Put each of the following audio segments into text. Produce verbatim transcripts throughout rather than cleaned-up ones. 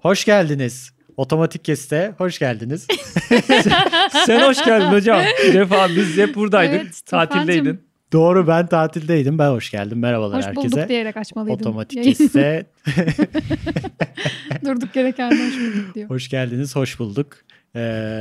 Hoş geldiniz. Otomatik Kes'te hoş geldiniz. Sen hoş geldin hocam. Bir defa biz hep buradaydık. Evet, tatildeydin. Doğru, ben tatildeydim. Ben hoş geldim. Merhabalar hoş herkese. Hoş bulduk diyerek açmalıydım. Otomatik Kes'te. Durduk yere kendine hoş bulduk diyor. Hoş geldiniz, hoş bulduk. Ee,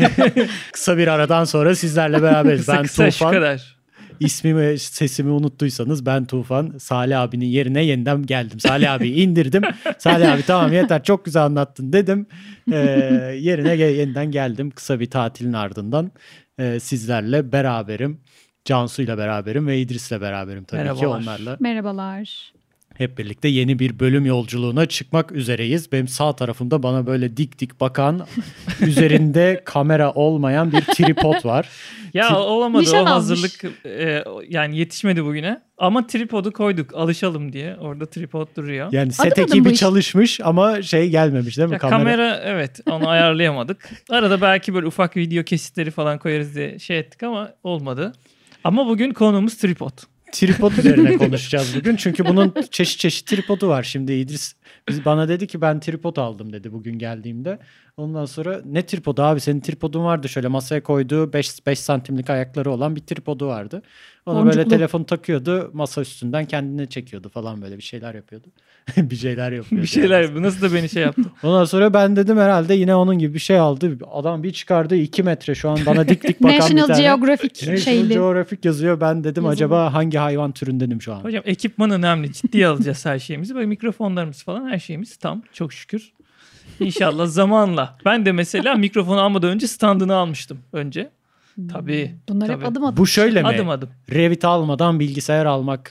kısa bir aradan sonra sizlerle beraberiz. Kısa Ben kısa şu Tufan. kadar. İsmimi, sesimi unuttuysanız ben Tufan. Salih abinin yerine yeniden geldim. Salih abi indirdim. Salih abi tamam yeter çok güzel anlattın dedim. Ee, yerine ge- yeniden geldim. Kısa bir tatilin ardından e, sizlerle beraberim. Cansu'yla beraberim ve İdris'le beraberim tabii Merhabalar. ki onlarla. Merhabalar. Hep birlikte yeni bir bölüm yolculuğuna çıkmak üzereyiz. Benim sağ tarafımda bana böyle dik dik bakan, üzerinde kamera olmayan bir tripod var. Ya olamadı Nişan o almış. hazırlık e, yani yetişmedi bugüne. Ama tripodu koyduk alışalım diye. Orada tripod duruyor. Yani set Adım adım bu ekibi iş. çalışmış ama şey gelmemiş değil mi? Ya kamera evet onu ayarlayamadık. Arada belki böyle ufak video kesitleri falan koyarız diye şey ettik ama olmadı. Ama bugün konuğumuz tripod. Tripod üzerine konuşacağız bugün. Çünkü bunun çeşit çeşit tripodu var. Şimdi İdris biz bana dedi ki ben tripod aldım dedi bugün geldiğimde. Ondan sonra ne tripodu abi, senin tripodun vardı, şöyle masaya koyduğu beş santimlik ayakları olan bir tripodu vardı. Ona Boncuklu. böyle telefonu takıyordu, masa üstünden kendine çekiyordu falan, böyle bir şeyler yapıyordu. bir şeyler yapıyordu. Bir şeyler yani. bu nasıl da beni şey yaptı. Ondan sonra ben dedim herhalde yine onun gibi bir şey aldı. Adam bir çıkardı iki metre şu an bana dik dik bakan bir National tane. Geographic National şeyli. Geographic yazıyor. Ben dedim Yazılı. acaba hangi hayvan türündenim şu an? Hocam ekipman önemli. Ciddiye alacağız her şeyimizi. Böyle mikrofonlarımız falan her şeyimiz tam. Çok şükür. İnşallah zamanla. Ben de mesela mikrofonu almadan önce standını almıştım önce. Tabii. Bunlar tabii. hep adım adım. Bu şöyle mi? Adım adım. Revit almadan bilgisayar almak.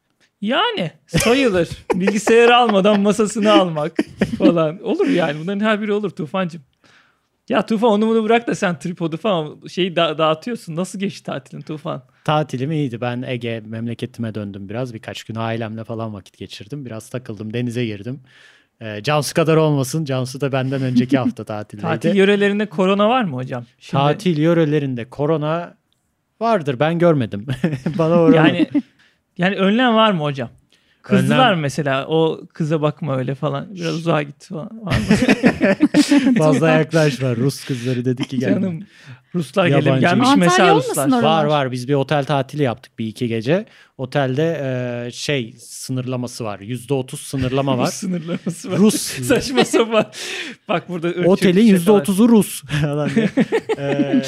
Yani sayılır. Bilgisayarı almadan masasını almak falan. Olur yani. Bunların her biri olur Tufancığım. Ya Tufan onu bunu bırak da sen tripodu falan şeyi da- dağıtıyorsun. Nasıl geçti tatilin Tufan? Tatilim iyiydi. Ben Ege memleketime döndüm biraz. Birkaç gün ailemle falan vakit geçirdim. Biraz takıldım. Denize girdim. Ee, Cansu kadar olmasın. Cansu da benden önceki hafta tatildeydi. Tatil yörelerinde korona var mı hocam? Şimdi, Tatil yörelerinde korona vardır. Ben görmedim. Bana oranı. Yani yani önlem var mı hocam? Kızdılar Önlem- mı mesela? O kıza bakma öyle falan. Biraz uzağa git falan. Var mı? Fazla yaklaşma. Rus kızları dedi ki gelme. Canım Ruslar Yabancı. gelir. Gelmiş Antalya mesela olmasın Ruslar. orada? Var var, biz bir otel tatili yaptık bir iki gece. Otelde e, şey sınırlaması var. yüzde otuz sınırlama Rus var. sınırlaması var. Rus. Saçma sapan. Bak burada ırkçı Otelin bir şey yüzde var. otuzu Rus. Falan diye. Ee,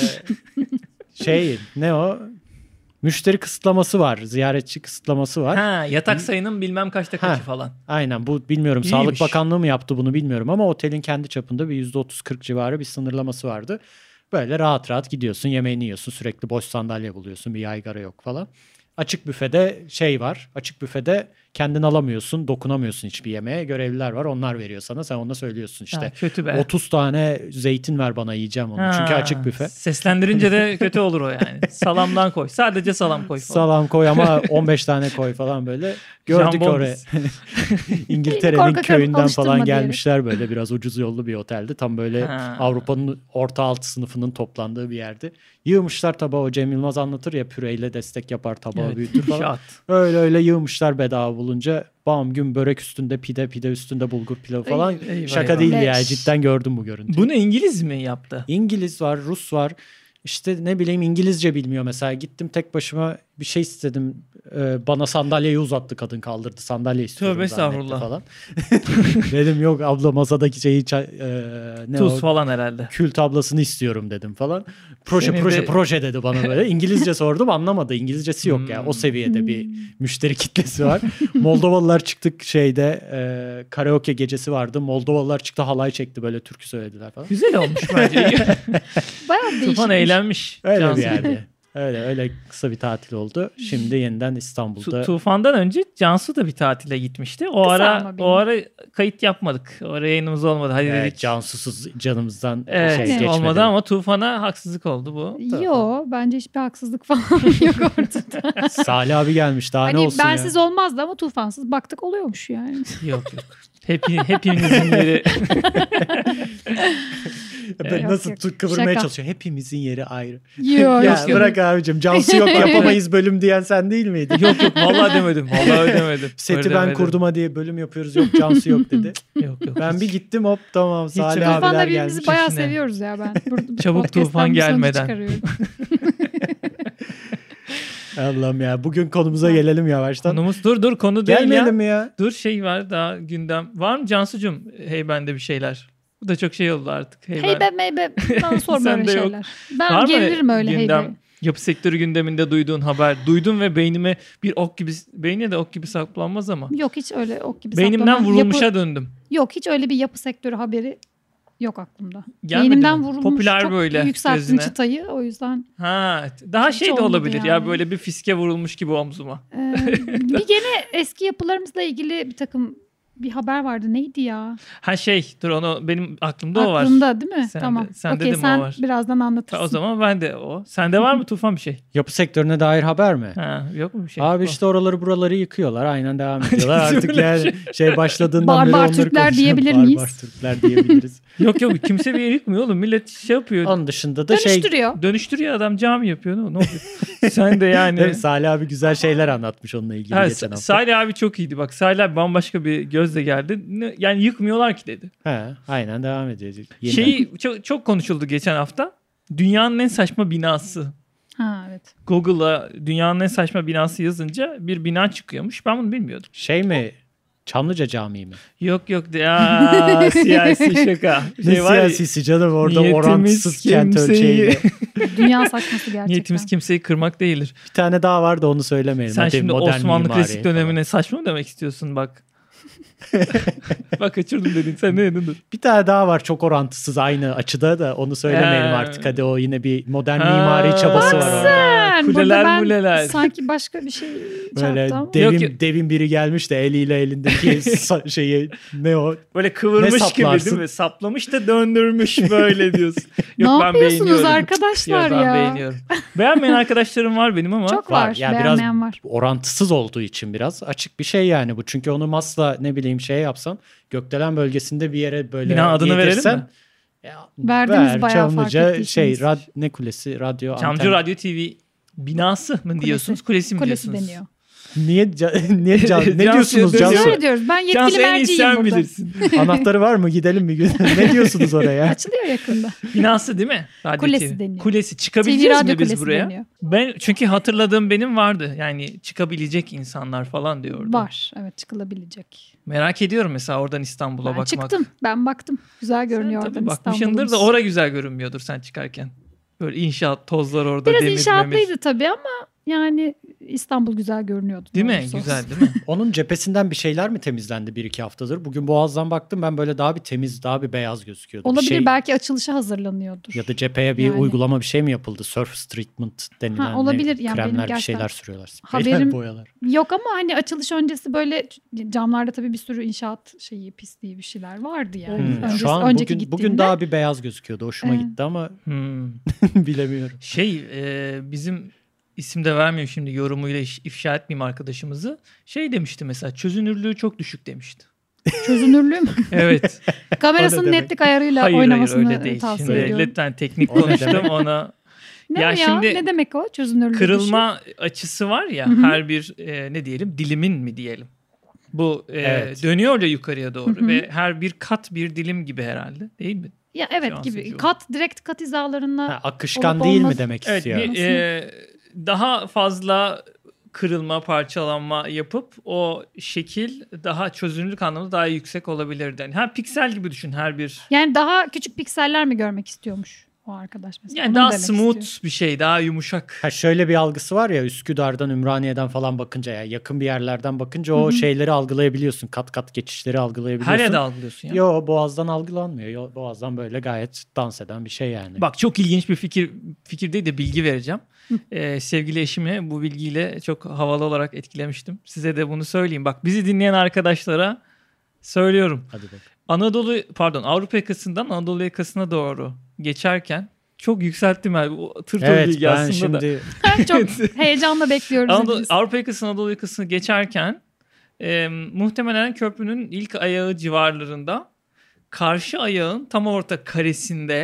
şey ne o? Müşteri kısıtlaması var. Ziyaretçi kısıtlaması var. Ha, yatak sayının bilmem kaçta kaçı Ha. falan. Aynen, bu bilmiyorum. İyiymiş. Sağlık Bakanlığı mı yaptı bunu bilmiyorum ama otelin kendi çapında bir yüzde otuz kırk civarı bir sınırlaması vardı. Böyle rahat rahat gidiyorsun, yemeğini yiyorsun, sürekli boş sandalye buluyorsun, bir yaygara yok falan. Açık büfede şey var. Açık büfede kendin alamıyorsun, dokunamıyorsun hiçbir yemeğe. Görevliler var, onlar veriyor sana. Sen ona söylüyorsun işte. Ha, kötü be. otuz tane zeytin ver bana, yiyeceğim onu. Ha, Çünkü açık büfe. Seslendirince de kötü olur o yani. Salamdan koy. Sadece salam koy falan. Salam koy ama on beş tane koy falan böyle. Gördük Jambon oraya. Beni İngiltere'nin korkak köyünden alıştırma falan diyerek. gelmişler, böyle biraz ucuz yollu bir oteldi. Tam böyle Ha. Avrupa'nın orta alt sınıfının toplandığı bir yerdi. Yığmışlar tabağı, o Cem Yılmaz anlatır ya, püreyle destek yapar, tabağı Evet. büyütür falan. Şat. Öyle öyle yığmışlar bedava bulunca. Bam gün börek üstünde pide, pide üstünde bulgur pilavı falan. Ey- eyvah Şaka eyvah. değil Leş. ya, cidden gördüm bu görüntüyü. Bunu İngiliz mi yaptı? İngiliz var, Rus var. İşte ne bileyim, İngilizce bilmiyor mesela. Gittim tek başıma bir şey istedim. Ee, bana sandalyeyi uzattı kadın, kaldırdı. Sandalye istiyorum Tövbe zannetti estağfurullah. falan. Dedim yok abla, masadaki şeyi çay- e, ne Tuz o? falan herhalde. Kül tablasını istiyorum dedim falan. Proje Senin proje de- proje dedi bana böyle. İngilizce sordum, anlamadı. İngilizcesi yok ya. Hmm. O seviyede bir müşteri kitlesi var. Moldovalılar çıktık şeyde, e, karaoke gecesi vardı. Moldovalılar çıktı, halay çekti, böyle türkü söylediler falan. Güzel olmuş bence. Bayağı değişik. Tufan eğlenmiş. Öyle Cansu bir gibi. yerde. Öyle öyle kısa bir tatil oldu. Şimdi yeniden Tu- İstanbul'da. Tufan'dan önce Cansu da bir tatile gitmişti. O Kısa ara ama benim. o ara kayıt yapmadık. O ara yayınımız olmadı. Hadi Evet, dedik. Cansusuz canımızdan Evet, şey geçmedi. olmadı ama Tufan'a haksızlık oldu bu. Yo, bence hiçbir haksızlık falan yok ortada. Salih abi gelmiş, daha ne Hani olsun bensiz ya. olmazdı ama tufansız baktık oluyormuş yani. Yok yok. Hepi, hepimizin yeri. Ben Yok, nasıl yok. tu- kıvırmaya Şaka. çalışıyor. Hepimizin yeri ayrı. Yok Ya yok yok. bırak abicim. Cansu yok yapamayız bölüm diyen sen değil miydin? Yok yok vallahi demedim. Vallahi demedim. Seti Öyle ben demedim. kurdum diye bölüm yapıyoruz. Yok Cansu yok dedi. Yok yok. Ben bir gittim hop tamam Salih öyle. abiler Tufan'la birbirimizi gelmiş. bayağı İçine. seviyoruz ya ben. Burada Çabuk podcast'ten Tufan bir sonuç gelmeden. çıkarıyorum. Allah'ım ya bugün konumuza gelelim yavaştan. Konumuz dur dur konu değil ya. Gelmeyelim ya. Dur şey var daha gündem. Var mı Cansucuğum? Hey bende bir şeyler. Bu da çok şey oldu artık. Hey, Hey ben. be meybe. Bana sorma öyle Sende yok. şeyler. Ben Var mı gerilirim öyle hey gündem? be. Yapı sektörü gündeminde duyduğun haber. Duydum ve beynime bir ok gibi, beynine de ok gibi saplanmaz ama. Yok hiç öyle ok gibi Beynimden saplanan vurulmuşa yapı- döndüm. Yok hiç öyle bir yapı sektörü haberi yok aklımda. Gelmedi Beynimden mi? vurulmuş Popüler çok böyle yükselttin gözüne. çıtayı o yüzden. Ha, daha Hiç şey de olmadı olabilir ya yani. böyle bir fiske vurulmuş gibi omzuma. Ee, bir gene eski yapılarımızla ilgili bir takım bir haber vardı. Neydi ya? Ha şey dur onu benim aklımda o var. Aklında değil mi? Sende- tamam. sende Okey de mi o sen var? birazdan anlatırsın. Ha, o zaman ben de o. Sende var mı Tufan bir şey? Yapı sektörüne dair haber mi? Ha, yok mu bir şey? Abi O. işte oraları buraları yıkıyorlar. Aynen devam ediyorlar. Artık Öyle yani şey başladığından Barbar beri onları Türkler konuşuyor. diyebilir Barbar miyiz? Türkler diyebiliriz. Yok yok kimse bir yere yıkmıyor oğlum. Millet şey yapıyor. Onun dışında da şey Dönüştürüyor. Dönüştürüyor adam cami yapıyor. Ne, ne oluyor? Sen de yani. Değil mi? Salih abi güzel şeyler anlatmış onunla ilgili Ha, geçen hafta. Salih abi çok iyiydi. Bak Salih abi bambaşka bir gözle geldi. Ne- Yani yıkmıyorlar ki dedi. He, aynen devam ediyor. Yeniden. Şeyi çok, çok konuşuldu geçen hafta. Dünyanın en saçma binası. Ha evet. Google'a dünyanın en saçma binası yazınca bir bina çıkıyormuş. Ben bunu bilmiyordum. Şey mi? Çamlıca Camii mi? Yok yok. Ya siyasi şaka. Ne Şey var ya, siyasisi canım orada niyetimiz orantısız kent kimseyi- ölçeğiyle. Dünya saçması gerçekten. Niyetimiz kimseyi kırmak değildir. Bir tane daha var da onu söylemeyelim. Sen Hadi şimdi modern Osmanlı mimari klasik falan. dönemine saçma mı demek istiyorsun bak. Bak kaçırdım dedin. Sen ne dedin? Dur. Bir tane daha var çok orantısız aynı açıda da onu söylemeyelim Ee. artık. Hadi o yine bir modern Ha, mimari çabası var orada. Sen, burada Kuleler ben muleler. sanki başka bir şey Böyle çarptı ama. devin, Yok, yok. devin biri gelmiş de eliyle elindeki sa- şeyi ne o? Böyle kıvırmış Ne gibi saplarsın? değil mi? Saplamış da döndürmüş böyle diyorsun. Ne Yok ben yapıyorsunuz beğeniyorum. arkadaşlar Yok, ben ya? beğeniyorum. Beğenmeyen arkadaşlarım var benim ama. Çok Var. var. Ya biraz beğenmeyen var. orantısız olduğu için biraz açık bir şey yani bu. Çünkü onu Mas'la ne bileyim şey yapsan Gökdelen bölgesinde bir yere böyle Bina adını verelim yedirsen- mi? Ya, Verdiniz ver, bayağı fark Çamlıca ettiyseniz. şey rad, ne kulesi radyo Çamcı anten. Radyo T V binası mı diyorsunuz? Kulesi mi Kulesi diyorsunuz? deniyor. Niye ca- niye can, ne Cansu'ya diyorsunuz dönüyor. Cansu? Şöyle diyoruz. Ben Cansu yetkili en iyi merciyim sen burada. bilirsin. Anahtarı var mı? Gidelim bir gün. Ne diyorsunuz oraya? Açılıyor yakında. Binası değil mi? Radyo Kulesi T V. deniyor. Kulesi. T V Çıkabileceğiz radyo mi biz kulesi buraya? deniyor. Ben çünkü hatırladığım benim vardı. Yani çıkabilecek insanlar falan diyordu. Var. Evet çıkılabilecek. Merak ediyorum mesela oradan İstanbul'a Ben bakmak. çıktım. Ben baktım. Güzel görünüyor Sen oradan tabii bakmışsındır İstanbul'umuz. da ora güzel görünmüyordur sen çıkarken. Böyle inşaat tozlar orada Biraz demir inşaatlıydı memir. tabii ama yani İstanbul güzel görünüyordu. Değil mi? doğrusu. Güzel değil mi? Onun cephesinden bir şeyler mi temizlendi bir iki haftadır? Bugün Boğaz'dan baktım ben böyle daha bir temiz, daha bir beyaz gözüküyordu. Bir Olabilir şey, belki açılışa hazırlanıyordur. ya da cepheye bir Yani. uygulama bir şey mi yapıldı? Surface treatment denilen Ha, olabilir. ne? Yani benim kremler bir gerçekten şeyler sürüyorlar. Spreyler, haberim- boyalar. Yok ama hani açılış öncesi böyle camlarda tabii bir sürü inşaat şeyi pisliği bir şeyler vardı yani. Hmm, Öncesi- Şu an önceki bugün, bugün gittiğimde- daha bir beyaz gözüküyordu. Hoşuma Evet. gitti ama Hmm. bilemiyorum. Şey e, bizim isim de vermeyeyim şimdi yorumuyla iş- ifşa etmeyeyim arkadaşımızı. Şey demişti mesela çözünürlüğü çok düşük demişti. Çözünürlüğü mü? Evet. Kamerasının demek. netlik ayarıyla hayır hayır oynamasını öyle değil. tavsiye Şimdi ediyorum. lütfen teknik O ne konuştum demek? ona. Ne Ya ya, şimdi ne demek o çözünürlüğü? Kırılma açısı var ya Hı hı. her bir e, ne diyelim dilimin mi diyelim. Bu e, Evet. dönüyor ya yukarıya doğru Hı hı. ve her bir kat bir dilim gibi herhalde değil mi? Ya evet Şu an gibi. seçiyorum. Kat direkt kat hizalarına Ha, akışkan Olup değil mi olmaz- demek Evet istiyor? bir, Nasıl? e, daha fazla kırılma parçalanma yapıp o şekil daha çözünürlük anlamında daha yüksek olabilirdi. Yani her piksel gibi düşün her bir. yani daha küçük pikseller mi görmek istiyormuş o arkadaş mesela? Yani Onu daha demek smooth istiyor. bir şey daha yumuşak. Ha şöyle bir algısı var ya Üsküdar'dan Ümraniye'den falan bakınca ya yakın bir yerlerden bakınca o Hı hı. şeyleri algılayabiliyorsun. Kat kat geçişleri algılayabiliyorsun. Her yerde algılıyorsun ya. Yo Boğaz'dan algılanmıyor. Yo, Boğaz'dan böyle gayet dans eden bir şey yani. Bak çok ilginç bir fikir fikir değil de bilgi vereceğim. Ee, sevgili eşimi bu bilgiyle çok havalı olarak etkilemiştim. Size de bunu söyleyeyim. Bak bizi dinleyen arkadaşlara söylüyorum. Hadi bak. Anadolu pardon Avrupa yakasından Anadolu yakasına doğru geçerken çok yükselttim abi. O tır Evet bilgi ben aslında da. şimdi Çok heyecanla bekliyoruz. Anadolu, hepimiz. Avrupa yakasını Anadolu yakasını geçerken e, muhtemelen köprünün ilk ayağı civarlarında karşı ayağın tam orta karesinde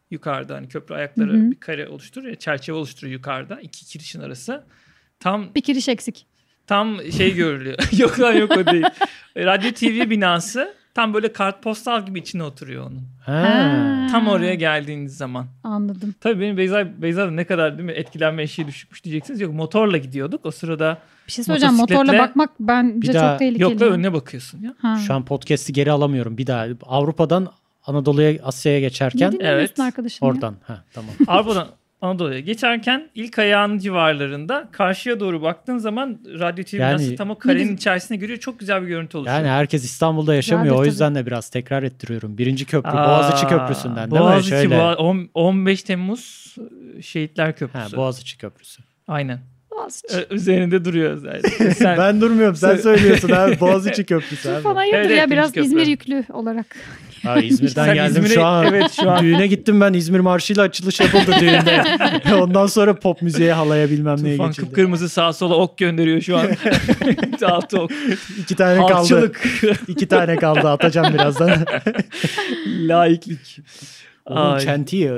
yukarıda. Hani köprü ayakları Hı hı. bir kare oluşturur ya, çerçeve oluşturuyor yukarıda. İki kirişin arası. Tam Bir kiriş eksik. tam şey görülüyor. Yok lan yok o değil. Radyo T V binası tam böyle kartpostal gibi içine oturuyor onun. Ha. Ha. Tam oraya geldiğiniz zaman. Anladım. Tabii benim Beyza, Beyza da ne kadar değil mi etkilenme eşiği düşükmüş diyeceksiniz. Yok, motorla gidiyorduk. O sırada Bir şey söyleyeceğim. Motosikletle- Motorla bakmak bence Bir daha- çok tehlikeli. yok da önüne bakıyorsun ya. Ha. Şu an podcast'i geri alamıyorum. Bir daha Avrupa'dan Anadolu'ya, Asya'ya Niye geçerken dinlemiyorsun Evet. arkadaşını ya? oradan. Ha, tamam. Avrupa'dan Anadolu'ya geçerken ilk ayağının civarlarında karşıya doğru baktığın zaman Radyo T V Yani- binası tam o karenin güzel. içerisine giriyor. Çok güzel bir görüntü oluşuyor. Yani herkes İstanbul'da yaşamıyor. Vardır O yüzden de biraz tekrar ettiriyorum. Birinci köprü Aa, Boğaziçi Köprüsü'nden değil Boğaziçi, mi? Şöyle. Boğa- on- 15 Temmuz Şehitler Ha, Köprüsü. Boğaziçi Köprüsü. Aynen. Boğaziçi. Ö- üzerinde duruyor zaten. Sen, Ben durmuyorum. Sen Sen- söylüyorsun abi. Boğaziçi Köprüsü abi. Tufan hayırdır Evet, ya evet, biraz köprü. İzmir yüklü olarak. Ha, İzmir'den Sen geldim İzmir'e- şu an. evet, şu an. Düğüne gittim ben. İzmir Marşı'yla açılış yapıldı düğünde. Ondan sonra pop müziğe halaya bilmem neye Tufan geçildi. kıpkırmızı sağa sola ok gönderiyor şu an. Altı ok. İki tane kaldı. Halkçılık. İki tane kaldı. Atacağım birazdan. Laiklik. Onun Ay. çentiği.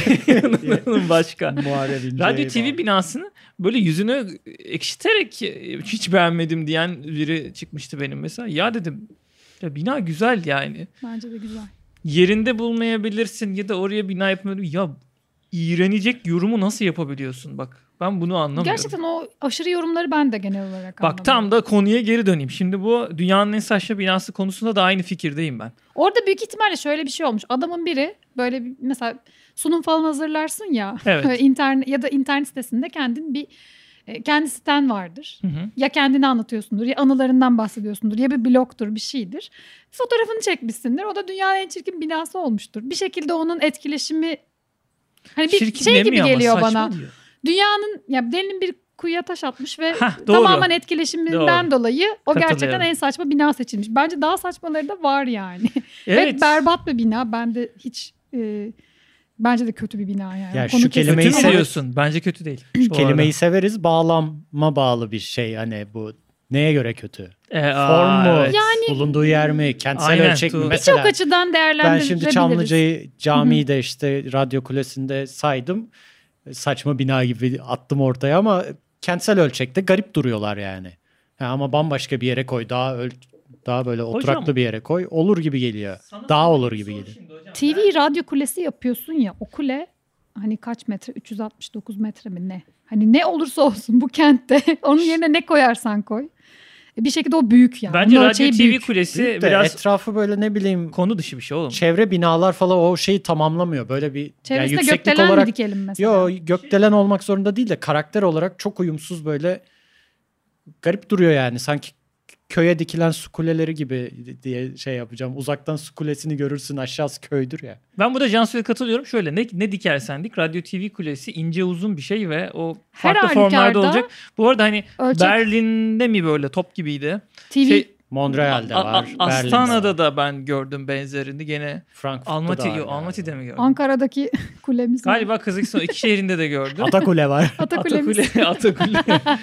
Onun başka. Muharrem İnce'ye Radyo T V bağlı. binasını böyle yüzünü ekşiterek e, hiç beğenmedim diyen biri çıkmıştı benim mesela. Ya dedim ya bina güzel yani. Bence de güzel. Yerinde bulmayabilirsin ya da oraya bina yapmayı ya iğrenecek yorumu nasıl yapabiliyorsun bak. Ben bunu anlamıyorum. Gerçekten o aşırı yorumları ben de genel olarak Bak tam da konuya geri döneyim. Şimdi bu dünyanın en saçma binası konusunda da aynı fikirdeyim ben. Orada büyük ihtimalle şöyle bir şey olmuş. Adamın biri böyle bir, mesela sunum falan hazırlarsın ya. Evet. internet ya da internet sitesinde kendin bir e, kendi siten vardır. Hı hı. Ya kendini anlatıyorsundur ya anılarından bahsediyorsundur ya bir blogdur bir şeydir. Fotoğrafını çekmişsindir. O da dünyanın en çirkin binası olmuştur. Bir şekilde onun etkileşimi hani bir Çirkin şey gibi demiyor ama geliyor saçma bana. diyor. Dünyanın ya delinin bir kuyuya taş atmış ve Hah, doğru. tamamen etkileşiminden Doğru. dolayı o gerçekten Katılıyorum. en saçma bina seçilmiş. Bence daha saçmaları da var yani. Evet. Ve berbat bir bina. Ben de hiç e, bence de kötü bir bina yani. Ya O şu konu kesin. kelimeyi Kötü mü sev- diyorsun? Bence kötü değil. Şu Bu kelimeyi arada. severiz. Bağlama bağlı bir şey. Hani bu neye göre kötü? E, Form aa, mu? evet. Bulunduğu yer mi? Kentsel Aynen, ölçek mi? tu- Mesela Birçok açıdan ben değerlendirebiliriz. şimdi Çamlıca'yı camiyi de işte radyo kulesinde saydım. Saçma bina gibi attım ortaya ama kentsel ölçekte garip duruyorlar yani. Ha, ama bambaşka bir yere koy. Daha öl daha böyle oturaklı bir yere koy. Olur gibi geliyor. Sana Daha sorayım, olur bir gibi soru geliyor. şimdi hocam. T V radyo kulesi yapıyorsun ya o kule hani kaç metre? üç yüz altmış dokuz metre mi ne? Hani ne olursa olsun bu kentte onun yerine ne koyarsan koy. E, Bir şekilde o büyük yani. Bence Onun Radyo ölçeği T V büyük. kulesi Büyük de biraz etrafı böyle ne bileyim konu dışı bir şey oğlum. çevre binalar falan o şeyi tamamlamıyor. Böyle bir yani Çevresinde yükseklik gökdelen mi olarak dikelim mesela? yo gökdelen olmak zorunda değil de karakter olarak çok uyumsuz böyle garip duruyor yani. Sanki köye dikilen su kuleleri gibi diye şey yapacağım. Uzaktan su kulesini görürsün aşağısı köydür ya. Ben burada Cansu'ya katılıyorum. Şöyle ne, ne dikersen dik Radyo T V kulesi ince uzun bir şey ve o Her farklı formlarda halükarda olacak. Bu arada hani Ölçek Berlin'de mi böyle top gibiydi? T V Şey, Montreal'de A- var. A- Berlin'de Astana'da var. da ben gördüm benzerini. Gene Frankfurt'ta Almaty, da var. yok, Almaty'de mi gördüm? Ankara'daki kulemiz var. Galiba Kazakistan iki şehrinde de gördüm. Atakule var. Atakulemiz. Atakule. Atakule.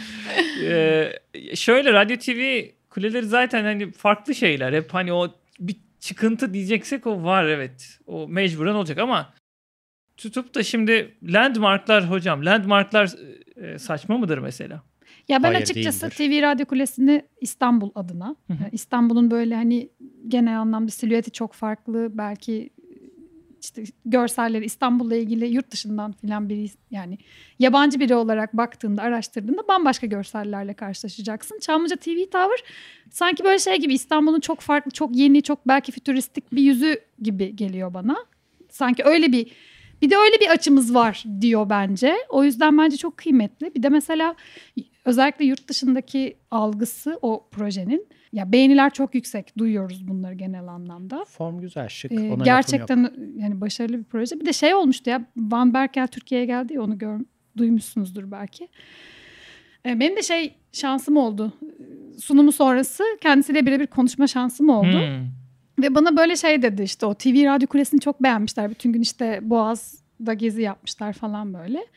ee, şöyle Radyo T V kuleleri zaten hani farklı şeyler. Hep hani o bir çıkıntı diyeceksek o var evet. O mecburen olacak ama tutup da şimdi landmarklar hocam landmarklar e, saçma mıdır mesela? Ya ben Hayır, açıkçası değildir. T V radyo kulesini İstanbul adına, Hı hı. yani İstanbul'un böyle hani genel anlamda silüeti çok farklı, belki işte görselleri İstanbul'la ilgili yurt dışından filan biri yani yabancı biri olarak baktığında, araştırdığında bambaşka görsellerle karşılaşacaksın. Çamlıca T V Tower sanki böyle şey gibi İstanbul'un çok farklı, çok yeni, çok belki fütüristik bir yüzü gibi geliyor bana. Sanki öyle bir bir de öyle bir açımız var diyor bence. O yüzden bence çok kıymetli. Bir de mesela özellikle yurt dışındaki algısı o projenin. Ya beğeniler çok yüksek. Duyuyoruz bunları genel anlamda. Form güzel, şık. Ee, Ona lafım yok. gerçekten yani başarılı bir proje. Bir de şey olmuştu ya. Van Berkel Türkiye'ye geldi ya, onu gör, duymuşsunuzdur belki. Ee, benim de şey şansım oldu. Sunumu sonrası kendisiyle birebir konuşma şansım oldu. Hmm. Ve bana böyle şey dedi, işte o T V radyo kulesini çok beğenmişler. Bütün gün işte Boğaz'da gezi yapmışlar falan böyle.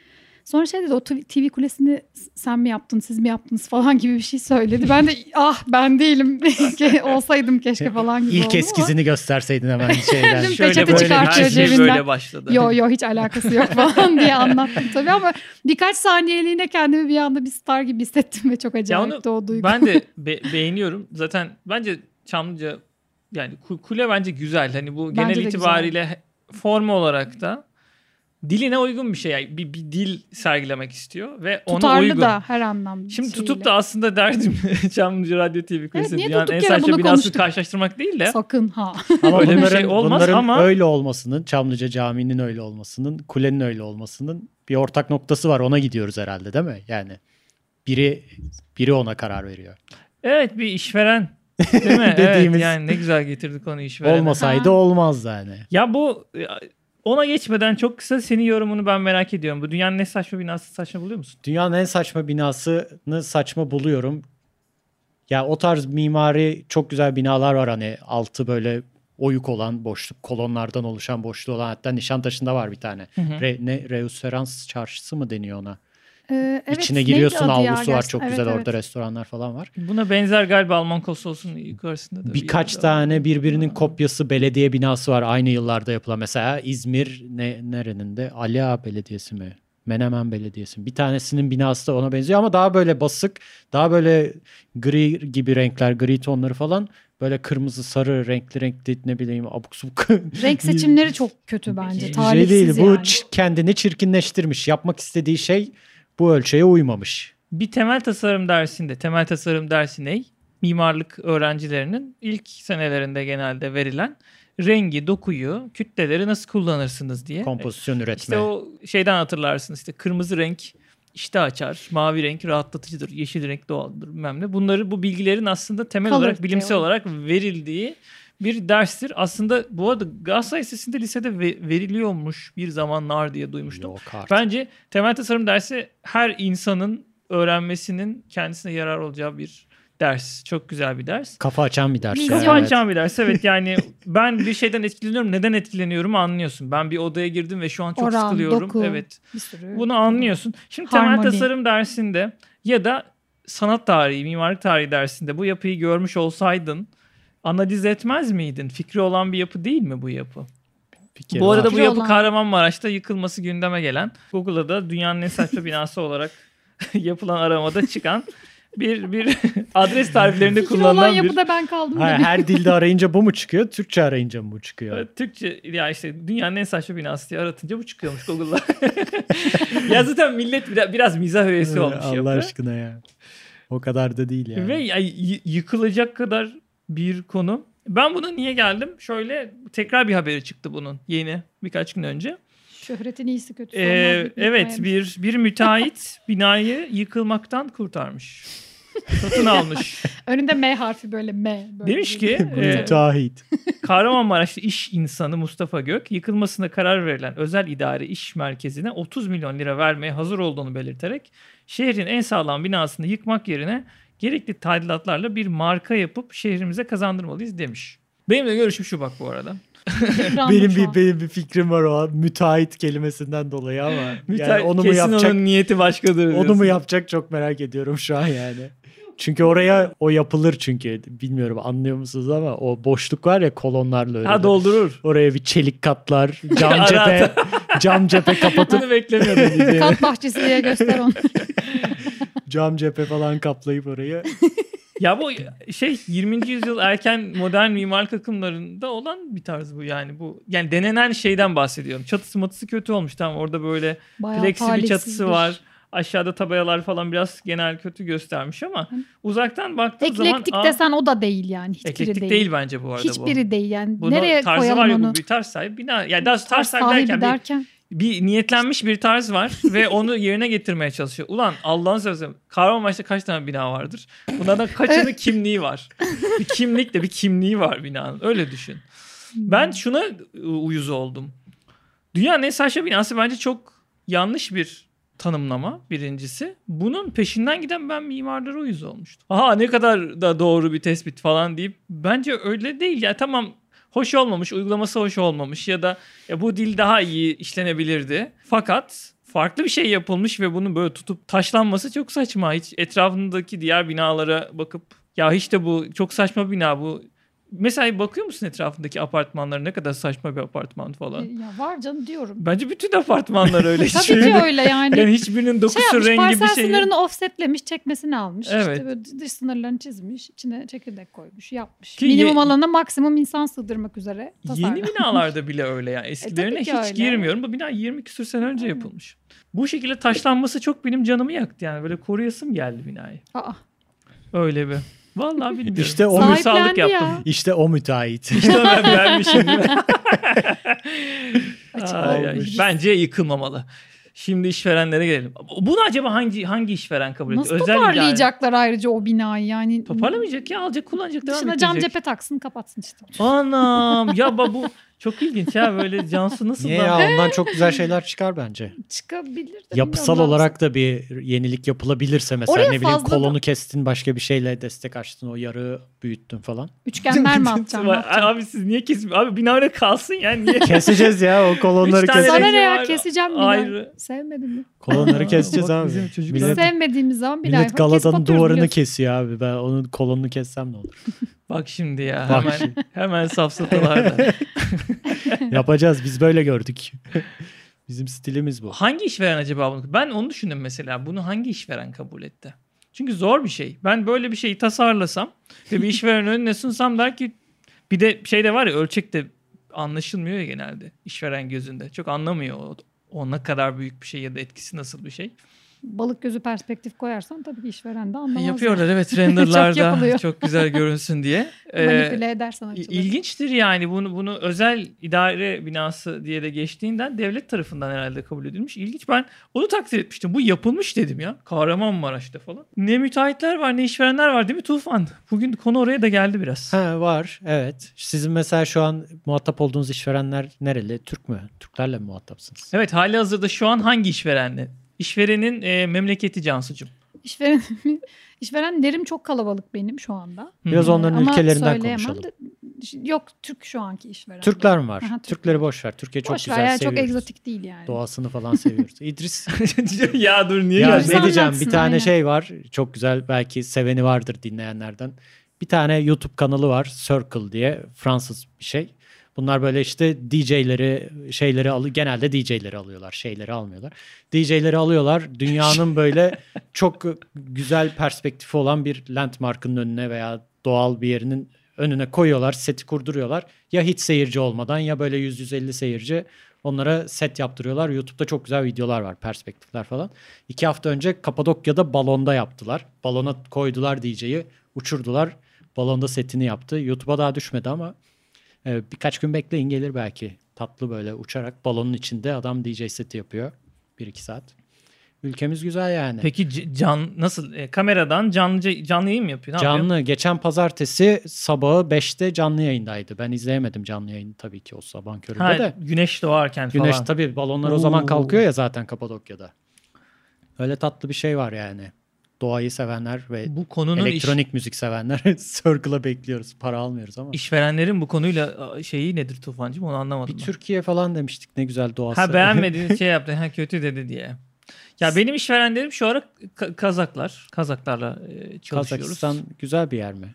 Sonra şey dedi, o T V kulesini sen mi yaptın, siz mi yaptınız falan gibi bir şey söyledi. Ben de ah ben değilim olsaydım keşke falan gibi İlk oldu eskizini ama. gösterseydin hemen şeyden. Şöyle Şöyle peçete böyle çıkartıyor her şey cebinden. böyle başladı. Yo yo hiç alakası yok falan diye anlattım tabii ama birkaç saniyeliğine kendimi bir anda bir star gibi hissettim ve çok acayipti o duygu. Ben de be- beğeniyorum. Zaten bence Çamlıca yani kule bence güzel. Hani bu Bence genel de itibariyle form olarak da diline uygun bir şey. Yani bir, bir dil sergilemek istiyor ve ona Tutarlı uygun. da her anlamda. Şimdi şeyle. tutup da aslında derdim Çamlıca Radyo T V Kulesi Evet, niye dünyanın durduk en yere saçma bunu binasını konuştuk? karşılaştırmak değil de. Sakın ha. Ama Öyle bir bunların, şey olmaz bunların ama- öyle olmasının, Çamlıca Camii'nin öyle olmasının, kulenin öyle olmasının bir ortak noktası var. Ona gidiyoruz herhalde değil mi? Yani biri biri ona karar veriyor. Evet bir işveren. Değil mi? Dediğimiz- Evet yani ne güzel getirdik onu işverene. Olmasaydı Ha. olmazdı yani. Ya bu ona geçmeden çok kısa senin yorumunu ben merak ediyorum. Bu dünyanın ne saçma binası saçma buluyor musun? Dünyanın en saçma binasını saçma buluyorum. Ya o tarz mimari çok güzel binalar var hani altı böyle oyuk olan boşluk, kolonlardan oluşan boşluğu olan, hatta Nişantaşı'nda var bir tane. Hı hı. Re, ne Reusferans çarşısı mı deniyor ona? Ee, evet, İçine neydi giriyorsun, adı ya avlusu var gerçekten? çok Evet, güzel, evet. orada restoranlar falan var. Buna benzer galiba Alman konsolosunun yukarısında da. bir Birkaç yerde tane var. birbirinin kopyası belediye binası var aynı yıllarda yapılan. Mesela İzmir ne, nerenin de Ali Ağa Belediyesi mi? Menemen Belediyesi mi? Bir tanesinin binası da ona benziyor ama daha böyle basık, daha böyle gri gibi renkler, gri tonları falan. Böyle kırmızı, sarı, renkli renkli ne bileyim abuk subuk. Renk seçimleri çok kötü bence. Bir şey Talihsiz değil. Bu yani. ç- kendini çirkinleştirmiş. Yapmak istediği şey bu ölçüye uymamış. Bir temel tasarım dersinde, temel tasarım dersi ne? Mimarlık öğrencilerinin ilk senelerinde genelde verilen rengi, dokuyu, kütleleri nasıl kullanırsınız diye. Kompozisyon üretme. İşte o şeyden hatırlarsın işte kırmızı renk iştah açar, mavi renk rahatlatıcıdır, yeşil renk doğaldır bilmem ne. Bunları bu bilgilerin aslında temel Color olarak bilimsel theory. olarak verildiği bir derstir. Aslında bu arada Galatasaray Lisesi'nde lisede ve- veriliyormuş bir zamanlar diye duymuştum. Yok artık. Bence temel tasarım dersi her insanın öğrenmesinin kendisine yarar olacağı bir ders. Çok güzel bir ders. Kafa açan bir ders. Kafa yani, Kafa evet. açan bir ders. Evet yani ben bir şeyden etkileniyorum. Neden etkileniyorum anlıyorsun. Ben bir odaya girdim ve şu an çok Oran, sıkılıyorum. doku. Evet. Bir sürü. Bunu anlıyorsun. Şimdi temel Harmoni. tasarım dersinde ya da sanat tarihi, mimarlık tarihi dersinde bu yapıyı görmüş olsaydın analiz etmez miydin? Fikri olan bir yapı değil mi bu yapı? Fikir Bu arada var. bu Fikri yapı olan- Kahramanmaraş'ta yıkılması gündeme gelen, Google'da da dünyanın en saçma binası olarak yapılan aramada çıkan bir bir adres tariflerinde Fikri olan kullanılan bir yapıda ben kaldım. Ha, dedi. her dilde arayınca bu mu çıkıyor? Türkçe arayınca mı bu çıkıyor? Evet, Türkçe ya işte dünyanın en saçma binası diye aratınca bu çıkıyormuş Google'da. Ya zaten millet biraz, biraz mizah öğesi olmuş Allah yapı. aşkına ya. O kadar da değil yani. Ve ya, y- yıkılacak kadar bir konu. Ben buna niye geldim? Şöyle tekrar bir haberi çıktı bunun yeni birkaç gün önce. Şöhretin iyisi kötüsü. Ee, olmaz, evet yıkmayan. bir bir müteahhit binayı yıkılmaktan kurtarmış. Satın almış. Önünde M harfi böyle M. Böyle Demiş bir- ki e, Müteahhit. Kahramanmaraş'ta iş insanı Mustafa Gök yıkılmasına karar verilen özel idare iş merkezine otuz milyon lira vermeye hazır olduğunu belirterek şehrin en sağlam binasını yıkmak yerine gerekli tadilatlarla bir marka yapıp şehrimize kazandırmalıyız demiş. Benim de görüşüm şu bak bu arada. Ekranlı benim şu bir an. benim bir fikrim var o an. Müteahhit kelimesinden dolayı ama Müteahhit, yani onu mu kesin yapacak? onun niyeti başkadır Onu diyorsun. mu yapacak çok merak ediyorum şu an yani. Çünkü oraya o yapılır çünkü. Bilmiyorum anlıyor musunuz ama o boşluk var ya kolonlarla öyle. Ha doldurur. Oraya bir çelik katlar, cam Ara cephe, cam cephe kapatıp Bunu beklemiyordum diyeceğim. Kat bahçesi diye göster onu. cam cephe falan kaplayıp orayı. Ya bu şey yirminci yüzyıl erken modern mimarlık akımlarında olan bir tarz bu yani bu yani denenen şeyden bahsediyorum. Çatısı matısı kötü olmuş tamam orada böyle Bayağı plexi bir talihsiz çatısı bir- var. Aşağıda tabelalar falan biraz genel kötü göstermiş ama uzaktan baktığın zaman Eklektik aa, desen o da değil yani. Hiçbiri eklektik değil. değil. bence bu arada bu. Hiçbiri değil yani. Bunun Nereye tarzı koyalım var ya onu? bu bir tarz sahibi bina. Yani daha tarz, Tarz sahibi sahibi derken, derken. Bir, bir niyetlenmiş bir tarz var ve onu yerine getirmeye çalışıyor. Ulan Allah'ın sözü Kahramanmaraş'ta kaç tane bina vardır? Bunlardan kaçının kimliği var? Bir kimlik de bir kimliği var binanın. Öyle düşün. Ben şuna uyuz oldum. Dünyanın en saçma binası bence çok yanlış bir tanımlama birincisi. Bunun peşinden giden ben mimarlara uyuz olmuştum. Aha ne kadar da doğru bir tespit falan deyip bence öyle değil. Ya tamam hoş olmamış, uygulaması hoş olmamış ya da ya bu dil daha iyi işlenebilirdi. Fakat farklı bir şey yapılmış ve bunun böyle tutup taşlanması çok saçma. Hiç etrafındaki diğer binalara bakıp ya hiç de bu çok saçma bina bu. Mesela bakıyor musun etrafındaki apartmanlara, ne kadar saçma bir apartman falan. Ya var canım diyorum. Bence bütün apartmanlar öyle. Tabii ki öyle yani. Yani hiçbirinin dokusu, şey yapmış, rengi bir parsel şey. sınırını offsetlemiş, çekmesini almış. Evet. İşte böyle dış sınırlarını çizmiş, içine çekirdek koymuş, yapmış. Ki Minimum ye- alana maksimum insan sığdırmak üzere tasarlamış. Yeni binalarda bile öyle yani. Eskilerine E, tabii hiç ki öyle. girmiyorum. Bu bina yirmi küsür sene önce Aynen. yapılmış. Bu şekilde taşlanması çok benim canımı yaktı yani. Böyle koruyasım geldi binayı. Aa, Öyle bir. Vallahi bilmiyorum. İşte o Sahiplendi sahiplendi yaptım. ya. İşte o müteahhit. İşte ben vermişim. değil mi? Açık Ay, ay. olmuş. Bence yıkılmamalı. Şimdi işverenlere gelelim. Bunu acaba hangi hangi işveren kabul ediyor? nasıl Özel toparlayacaklar ayrıca o binayı yani? idare- Toparlamayacak ya, alacak, kullanacak, devam Dışına cam ettirecek. cephe taksın, kapatsın işte. Anam ya ba- bu çok ilginç ya, böyle Cansu nasıl Niye da- ya? Ondan çok güzel şeyler çıkar bence. Çıkabilir de. Yapısal bilmiyorum, olarak da bir yenilik yapılabilirse mesela Oraya ne bileyim fazla da- kolonu kestin, başka bir şeyle destek açtın, o yarığı büyüttün falan. üçgenler mi atacaksın? ne Ay, yapacaksın? Abi siz niye kesin? Abi bina öyle kalsın yani, niye? Keseceğiz ya o kolonları Üç tane keseceğiz. Sana rengi ne ya, var, keseceğim ayrı. binayı. Sevmedim mi? Kolonları Aa, keseceğiz bak abi. bizim çocuklar- Biz Millet, sevmediğimiz zaman binayı millet falan kesip Galata'nın atıyoruz duvarını biliyorsun. kesiyor abi. Ben onun kolonunu kessem ne olur? Bak şimdi ya, Bak hemen şimdi. hemen safsatalarda. Yapacağız, biz böyle gördük. Bizim stilimiz bu. Hangi işveren acaba bunu? Ben onu düşündüm mesela. Bunu hangi işveren kabul etti? Çünkü zor bir şey. Ben böyle bir şeyi tasarlasam ve bir işveren önüne sunsam, der ki, bir de şey de var ya, ölçek de anlaşılmıyor ya genelde işveren gözünde. Çok anlamıyor o, o ne kadar büyük bir şey ya da etkisi nasıl bir şey. Balık gözü perspektif koyarsan tabii ki işveren de anlamaz. Yapıyorlar yani. evet, renderlarda yapılıyor. çok güzel görünsün diye. Ee, Manipüle edersen açılır. İlginçtir yani, bunu bunu özel idare binası diye de geçtiğinden devlet tarafından herhalde kabul edilmiş. İlginç, ben onu takdir etmiştim. Bu yapılmış dedim ya. Kahramanmaraş'ta falan. Ne müteahhitler var, ne işverenler var, değil mi Tufan? Bugün konu oraya da geldi biraz. Ha, var evet. Sizin mesela şu an muhatap olduğunuz işverenler nereli? Türk mü? Türklerle mi muhatapsınız? Evet, hali hazırda şu an hangi işverenle? İşverenin e, memleketi Cansu'cum. İşveren, işverenlerim çok kalabalık benim şu anda. Biraz Hı. onların Ama ülkelerinden söyleyemem konuşalım. de- Yok, Türk şu anki işveren. Türkler mi var? Aha, Türkler. Türkleri boş ver. Türkiye çok Boş ver güzel ya, çok seviyoruz. egzotik değil yani. Doğasını falan seviyoruz. İdris. Ya dur, niye Ya geldin? İdris ne diyeceğim, anlatsın, bir tane aynen. şey var. Çok güzel, belki seveni vardır dinleyenlerden. Bir tane YouTube kanalı var, Circle diye, Fransız bir şey. Bunlar böyle işte D J'leri şeyleri alıyor. Genelde D J'leri alıyorlar. Şeyleri almıyorlar. D J'leri alıyorlar. Dünyanın böyle çok güzel perspektifi olan bir landmark'ın önüne veya doğal bir yerinin önüne koyuyorlar. Seti kurduruyorlar. Ya hiç seyirci olmadan ya böyle yüz yüz elli seyirci. Onlara set yaptırıyorlar. YouTube'da çok güzel videolar var. Perspektifler falan. İki hafta önce Kapadokya'da balonda yaptılar. Balona koydular D J'yi. Uçurdular. Balonda setini yaptı. YouTube'a daha düşmedi ama Ee, birkaç gün bekleyin, gelir belki. Tatlı böyle uçarak balonun içinde adam D J seti yapıyor. Bir iki saat. Ülkemiz güzel yani. Peki c- can nasıl? E, kameradan canlı canlı yayın mı yapıyor? Ne yapıyor? Canlı. Geçen pazartesi sabahı beşte canlı yayındaydı. Ben izleyemedim canlı yayını tabii ki o sabahın köründe Ha, de. güneş doğarken Güneş falan. tabii, balonlar o zaman Oo. kalkıyor ya zaten Kapadokya'da. Öyle tatlı bir şey var yani. Doğayı sevenler ve Bu konunun iş, elektronik müzik sevenler Circle'a bekliyoruz. Para almıyoruz ama. işverenlerin bu konuyla a, şeyi nedir Tufancığım, onu anlamadım. Bir ben. Türkiye falan demiştik, ne güzel doğası. Ha, beğenmediğiniz şey yaptı. Ha, kötü dedi diye. Ya benim işverenlerim şu ara Ka- Kazaklar. Kazaklarla e, çalışıyoruz. Kazakistan güzel bir yer mi?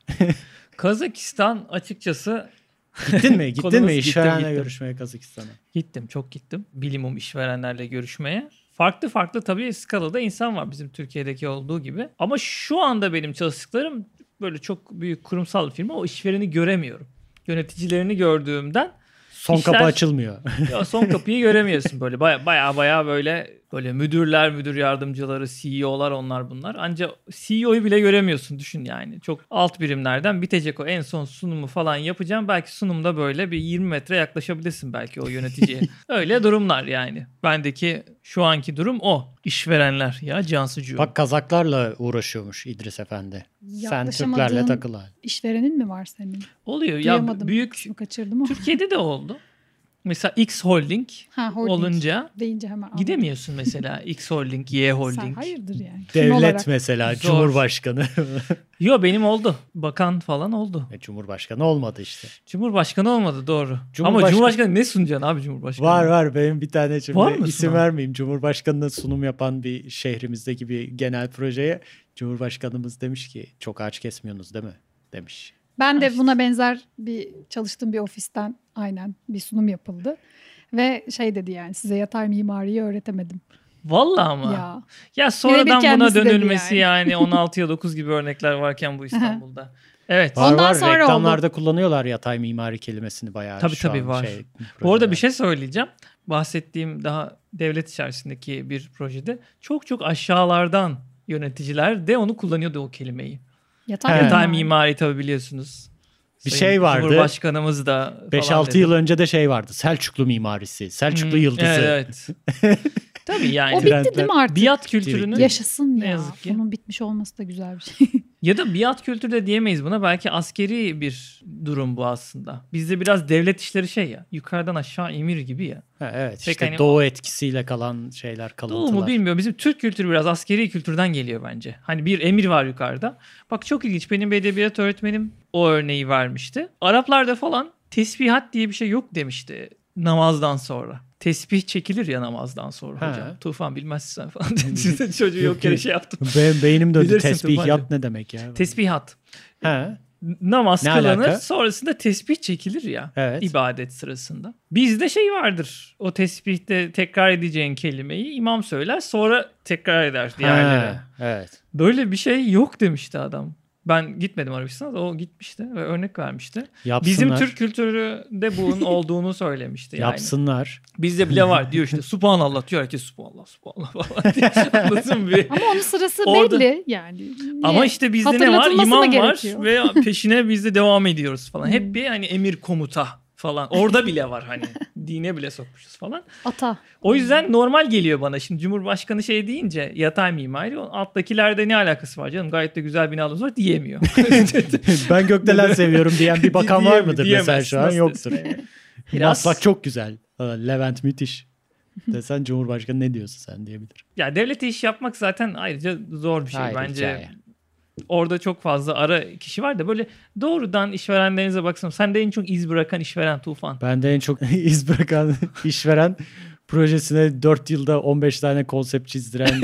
Kazakistan açıkçası Gittin mi? Gittin Konumuz mi gittim, işverenle gittim. görüşmeye Kazakistan'a? gittim, çok gittim. Bilimum işverenlerle görüşmeye. Farklı farklı tabii skalada insan var bizim Türkiye'deki olduğu gibi. Ama şu anda benim çalıştıklarım böyle çok büyük kurumsal bir firma. O işvereni göremiyorum. Yöneticilerini gördüğümden Son İşler- kapı açılmıyor. ya son kapıyı göremiyorsun böyle. Baya baya, baya böyle böyle müdürler, müdür yardımcıları, C E O'lar, onlar bunlar. Ancak C E O'yu bile göremiyorsun, düşün yani. Çok alt birimlerden bitecek o, en son sunumu falan yapacağım. Belki sunumda böyle bir yirmi metre yaklaşabilirsin belki o yöneticiye. Öyle durumlar yani. Bendeki şu anki durum o. İşverenler ya Cansucuğum. Bak, Kazaklarla uğraşıyormuş İdris Efendi. Sen Türklerle Yaklaşamadığın takıl abi. işverenin mi var senin? Oluyor ya, Duyamadım. büyük Kısmı kaçırdım ama. Türkiye'de de oldu. Mesela X Holding, Ha, holding olunca deyince hemen anladım. gidemiyorsun mesela X Holding, Y Sen Holding. hayırdır yani. Kim Devlet olarak? mesela Zor. Cumhurbaşkanı. Yo benim oldu. Bakan falan oldu. E, Cumhurbaşkanı olmadı işte. Cumhurbaşkanı olmadı doğru. Cumhurbaşkanı- Ama Cumhurbaşkanı ne sunacaksın abi Cumhurbaşkanı? Var var benim bir tane şimdi Var mı isim sunum? vermeyeyim. Cumhurbaşkanına sunum yapan bir şehrimizdeki bir genel projeye Cumhurbaşkanımız demiş ki çok ağaç kesmiyorsunuz değil mi? Demiş. Ben de İşte. buna benzer bir çalıştığım bir ofisten aynen bir sunum yapıldı. Ve şey dedi yani size yatay mimariyi öğretemedim. Vallahi ama. Ya, Ya. ya sonradan Birebir buna kendisi dedi dönülmesi yani. yani on altıya dokuz gibi örnekler varken bu İstanbul'da. Evet. Var Ondan var sonra reklamlarda kullanıyorlar yatay mimari kelimesini bayağı. Tabii, şu tabii an var. Şey, Bu arada projeler. bir şey söyleyeceğim. Bahsettiğim daha devlet içerisindeki bir projede çok çok aşağılardan yöneticiler de onu kullanıyordu o kelimeyi. Yatay, He. Yatay mimari. mimari tabii biliyorsunuz. Bir Sayın şey vardı. Cumhurbaşkanımız da beş falan altı dedi. yıl önce de şey vardı. Selçuklu mimarisi. Selçuklu Hmm, yıldızı. Evet. evet. Tabii yani. O bitti değil mi artık? Biat kültürünün Yaşasın Ne ya. yazık ki. Bunun bitmiş olması da güzel bir şey. ya da biat kültürü de diyemeyiz buna. Belki askeri bir durum bu aslında. Bizde biraz devlet işleri şey ya. Yukarıdan aşağı emir gibi ya. Ha, evet Pek işte hani- doğu etkisiyle kalan şeyler kalıntılar. Doğu mu bilmiyorum. Bizim Türk kültürü biraz askeri kültürden geliyor bence. Hani bir emir var yukarıda. Bak çok ilginç. Benim bir edebiyat öğretmenim o örneği vermişti. Araplarda falan tesbihat diye bir şey yok demişti namazdan sonra. Tesbih çekilir ya namazdan sonra Ha. hocam. Tufan bilmezsin sen falan. Çocuğu yok yere şey yaptım. Benim beynim döndü. Bilirsin Tesbihiyat Tuğba'cığım. ne demek ya? Tesbihat. Ha, Namaz Ne kılınır alaka? sonrasında tesbih çekilir ya evet. ibadet sırasında. Bizde şey vardır o tesbihte tekrar edeceğin kelimeyi imam söyler sonra tekrar eder diğerleri. Ha, evet. Böyle bir şey yok demişti adam. Ben gitmedim Arabistan'a da o gitmişti ve örnek vermişti. Yapsınlar. Bizim Türk kültüründe bunun olduğunu söylemişti yani. Yapsınlar. Bizde bile var diyor işte subhanallah diyor herkes subhanallah subhanallah falan diye. Anladın mı? Bir- Ama onun sırası Orada- belli yani. Niye? Ama işte bizde ne var? Hatırlatılması mı İmam var gerekiyor? ve peşine biz de devam ediyoruz falan. Hmm. Hep bir hani emir komuta falan. Orada bile var hani. Dine bile sokmuşuz falan. Ata. O yüzden normal geliyor bana. Şimdi Cumhurbaşkanı şey deyince yatay mimari o alttakilerde ne alakası var canım? Gayet de güzel binalarımız var diyemiyor. Ben gökdelen seviyorum diyen bir bakan var mıdır Diyemez, mesela şu an? nasıl Yoktur. desin yani? Biraz- Maslak çok güzel. Aa, Levent müthiş. Desen Cumhurbaşkanı ne diyorsun sen diyebilir. Ya devlete iş yapmak zaten ayrıca zor bir şey Ayrı bence. hikaye. Orada çok fazla ara kişi var da böyle doğrudan işverenlerinize baksam sen de en çok iz bırakan işveren Tufan. Ben de en çok iz bırakan işveren projesine dört yılda on beş tane konsept çizdiren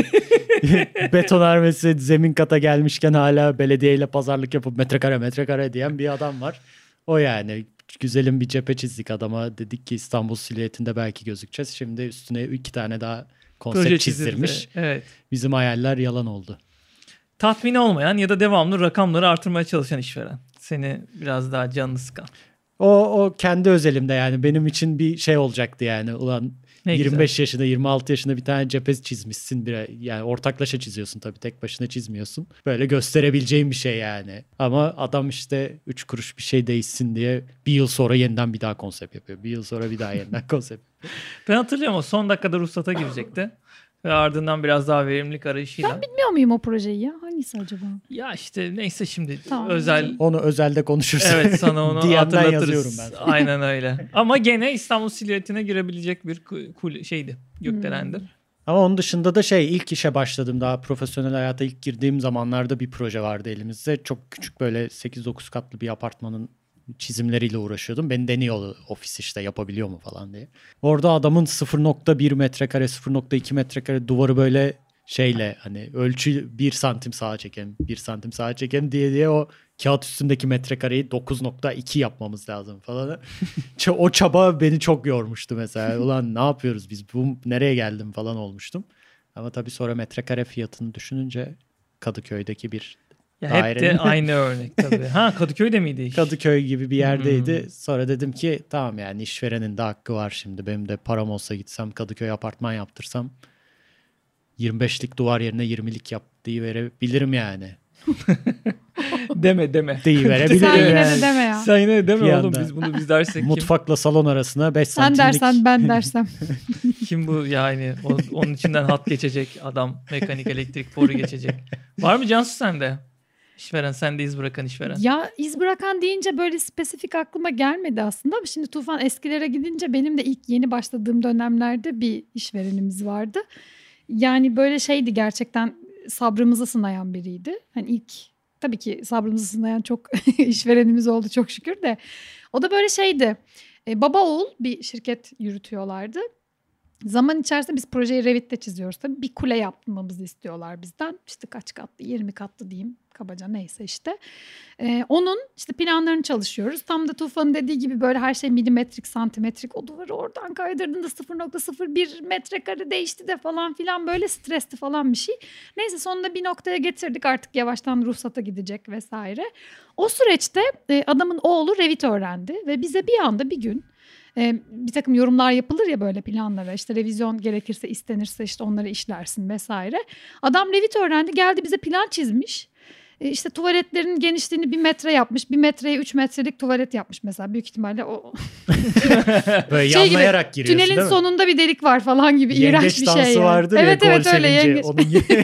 betonarmesi zemin kata gelmişken hala belediyeyle pazarlık yapıp metrekare metrekare diyen bir adam var. O yani güzelim bir cephe çizdik adama. Dedik ki İstanbul silüetinde belki gözükeceğiz. Şimdi üstüne iki tane daha konsept Proje çizdirmiş. çizildi. Evet. Bizim hayaller yalan oldu. Tatmin olmayan ya da devamlı rakamları artırmaya çalışan işveren. Seni biraz daha canını sıkan. O, o kendi özelimde yani benim için bir şey olacaktı yani. Ulan Ne yirmi beş güzel. yaşında yirmi altı yaşında bir tane cephe çizmişsin. Bir, yani ortaklaşa çiziyorsun tabii tek başına çizmiyorsun. Böyle gösterebileceğin bir şey yani. Ama adam işte üç kuruş bir şey değişsin diye bir yıl sonra yeniden bir daha konsept yapıyor. Bir yıl sonra bir daha yeniden konsept. Ben hatırlıyorum o son dakikada ruhsata girecekti. Ve ardından biraz daha verimlilik arayışıyla. Bilmiyor muyum o projeyi ya? Hangisi acaba? Ya işte neyse şimdi Tamam. özel Onu özelde konuşuruz. evet sana onu D M'den hatırlatırız. yazıyorum ben. Aynen öyle. Ama gene İstanbul silüetine girebilecek bir ku- kule, şeydi. Gökdelendi. Hmm. Ama onun dışında da şey ilk işe başladım daha profesyonel hayata ilk girdiğim zamanlarda bir proje vardı elimizde. Çok küçük böyle sekiz dokuz katlı bir apartmanın çizimleriyle uğraşıyordum. Beni deniyor ofis işte yapabiliyor mu falan diye. Orada adamın sıfır nokta bir metrekare sıfır nokta iki metrekare duvarı böyle şeyle hani ölçü bir santim sağa çekelim bir santim sağa çekelim diye diye o kağıt üstündeki metrekareyi dokuz nokta iki yapmamız lazım falan. O çaba beni çok yormuştu mesela. Ulan ne yapıyoruz biz bu nereye geldim falan olmuştum. Ama tabii sonra metrekare fiyatını düşününce Kadıköy'deki bir Ya hep Dairenin- de aynı örnek tabii. Ha Kadıköy'de miydi iş? Kadıköy gibi bir yerdeydi. Hmm. Sonra dedim ki tamam yani işverenin de hakkı var şimdi. Benim de param olsa gitsem Kadıköy apartman yaptırsam yirmi beşlik duvar yerine yirmilik yap diye verebilirim yani. Deme deme. Diye Sen verebilirim yine yani. de deme ya. Sen yine de deme Bir oğlum anda. biz bunu biz dersek kim, Mutfakla salon arasına beş Sen santimlik. dersen ben dersem. kim bu yani o- onun içinden hat geçecek adam mekanik elektrik boru geçecek. Var mı Cansu sende? İşveren, sen de iz bırakan işveren. Ya iz bırakan deyince böyle spesifik aklıma gelmedi aslında ama şimdi Tufan eskilere gidince benim de ilk yeni başladığım dönemlerde bir işverenimiz vardı. Yani böyle şeydi, gerçekten sabrımızı sınayan biriydi. Hani ilk tabii ki sabrımızı sınayan çok işverenimiz oldu çok şükür de. O da böyle şeydi. E, baba oğul bir şirket yürütüyorlardı. Zaman içerisinde biz projeyi Revit'te çiziyoruz. Tabii bir kule yapmamızı istiyorlar bizden. İşte kaç katlı, yirmi katlı diyeyim kabaca, neyse işte. Ee, onun işte planlarını çalışıyoruz. Tam da Tufan'ın dediği gibi böyle her şey milimetrik, santimetrik. O duvarı oradan kaydırdığında sıfır nokta sıfır bir metrekare değişti de falan filan, böyle stresli falan bir şey. Neyse sonunda bir noktaya getirdik, artık yavaştan ruhsata gidecek vesaire. O süreçte e, adamın oğlu Revit öğrendi ve bize bir anda bir gün Ee, bir takım yorumlar yapılır ya böyle planlara, işte revizyon gerekirse, istenirse işte onları işlersin vesaire. Adam Revit öğrendi, geldi bize plan çizmiş. Ee, işte tuvaletlerin genişliğini bir metre yapmış, bir metreye üç metrelik tuvalet yapmış mesela, büyük ihtimalle o Böyle şey yanlayarak gibi, giriyorsun tünelin değil mi? sonunda bir delik var falan gibi, iğrenç Yengeç bir dansı şey yani. vardır ya, Evet gol evet öyle sevinci. yengeç. Onun gibi.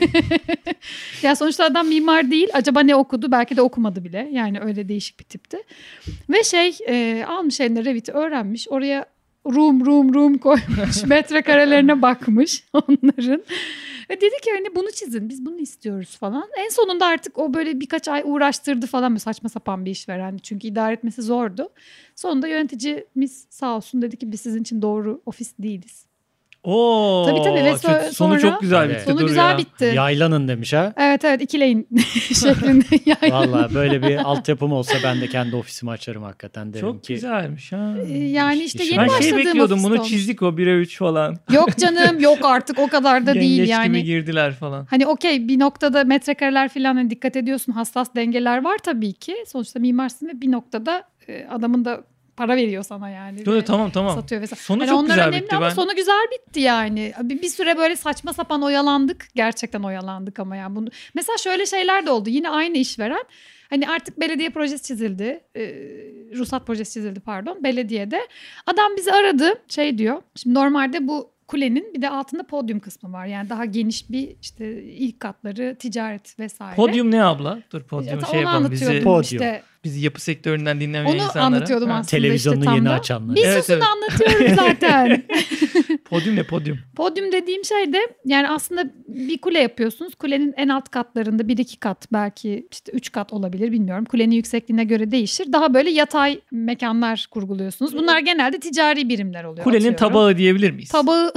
Ya sonuçta adam mimar değil, acaba ne okudu, belki de okumadı bile, yani öyle değişik bir tipti. Ve şey e, almış eline Revit'i, öğrenmiş, oraya room room room koymuş, metrekarelerine bakmış onların. Ve dedi ki hani bunu çizin, biz bunu istiyoruz falan. En sonunda artık o böyle birkaç ay uğraştırdı falan, böyle saçma sapan bir iş veren. Çünkü idare etmesi zordu. Sonunda yöneticimiz sağ olsun dedi ki biz sizin için doğru ofis değiliz. Oo, Tabii, tabii. Ve çok- so- sonu sonra- çok güzel Evet. bitti. Sonu dur güzel ya. bitti. Yaylanın demiş ha. Evet evet, ikileyin şeklinde. Yani. Vallahi böyle bir altyapım olsa ben de kendi ofisimi açarım hakikaten, derim Çok ki. güzelmiş ha. Ee, Yani işte İş- yeni Ben başladığım şey bekliyordum, ofiste bunu olmuş. çizdik o bire üç falan. Yok canım, yok artık o kadar da değil Yengeç yani. gibi girdiler falan. Hani okey, bir noktada metrekareler falan hani dikkat ediyorsun, hassas dengeler var tabii ki. Sonuçta mimarsın ve bir noktada e, adamın da para veriyor sana yani. Dur, Ve tamam tamam. satıyor vesaire. Sonu Hani çok onlar güzel önemli bitti. ama Ben sonu güzel bitti yani. Bir, bir süre böyle saçma sapan oyalandık. Gerçekten oyalandık ama yani bunu. Mesela şöyle şeyler de oldu. Yine aynı işveren. Hani artık belediye projesi çizildi. E, ruhsat projesi çizildi pardon. Belediyede. Adam bizi aradı. Şey diyor. Şimdi normalde bu kulenin bir de altında podyum kısmı var. Yani daha geniş bir, işte ilk katları ticaret vesaire. Podyum ne abla? Dur Ya, podyum onu şey yapalım. Bizi, anlatıyordum Podyum. işte. bizi yapı sektöründen dinlemeyen Onu insanlara. anlatıyordum Ha. aslında Televizyonunu işte tam yeni da. açanlar. Bir Evet, susun, evet. anlatıyorum zaten. Podyum ne podyum? Podyum dediğim şey de yani aslında bir kule yapıyorsunuz. Kulenin en alt katlarında bir iki kat, belki işte üç kat olabilir, bilmiyorum. Kulenin yüksekliğine göre değişir. Daha böyle yatay mekanlar kurguluyorsunuz. Bunlar genelde ticari birimler oluyor. Kulenin atıyorum. tabağı diyebilir miyiz? Tabağı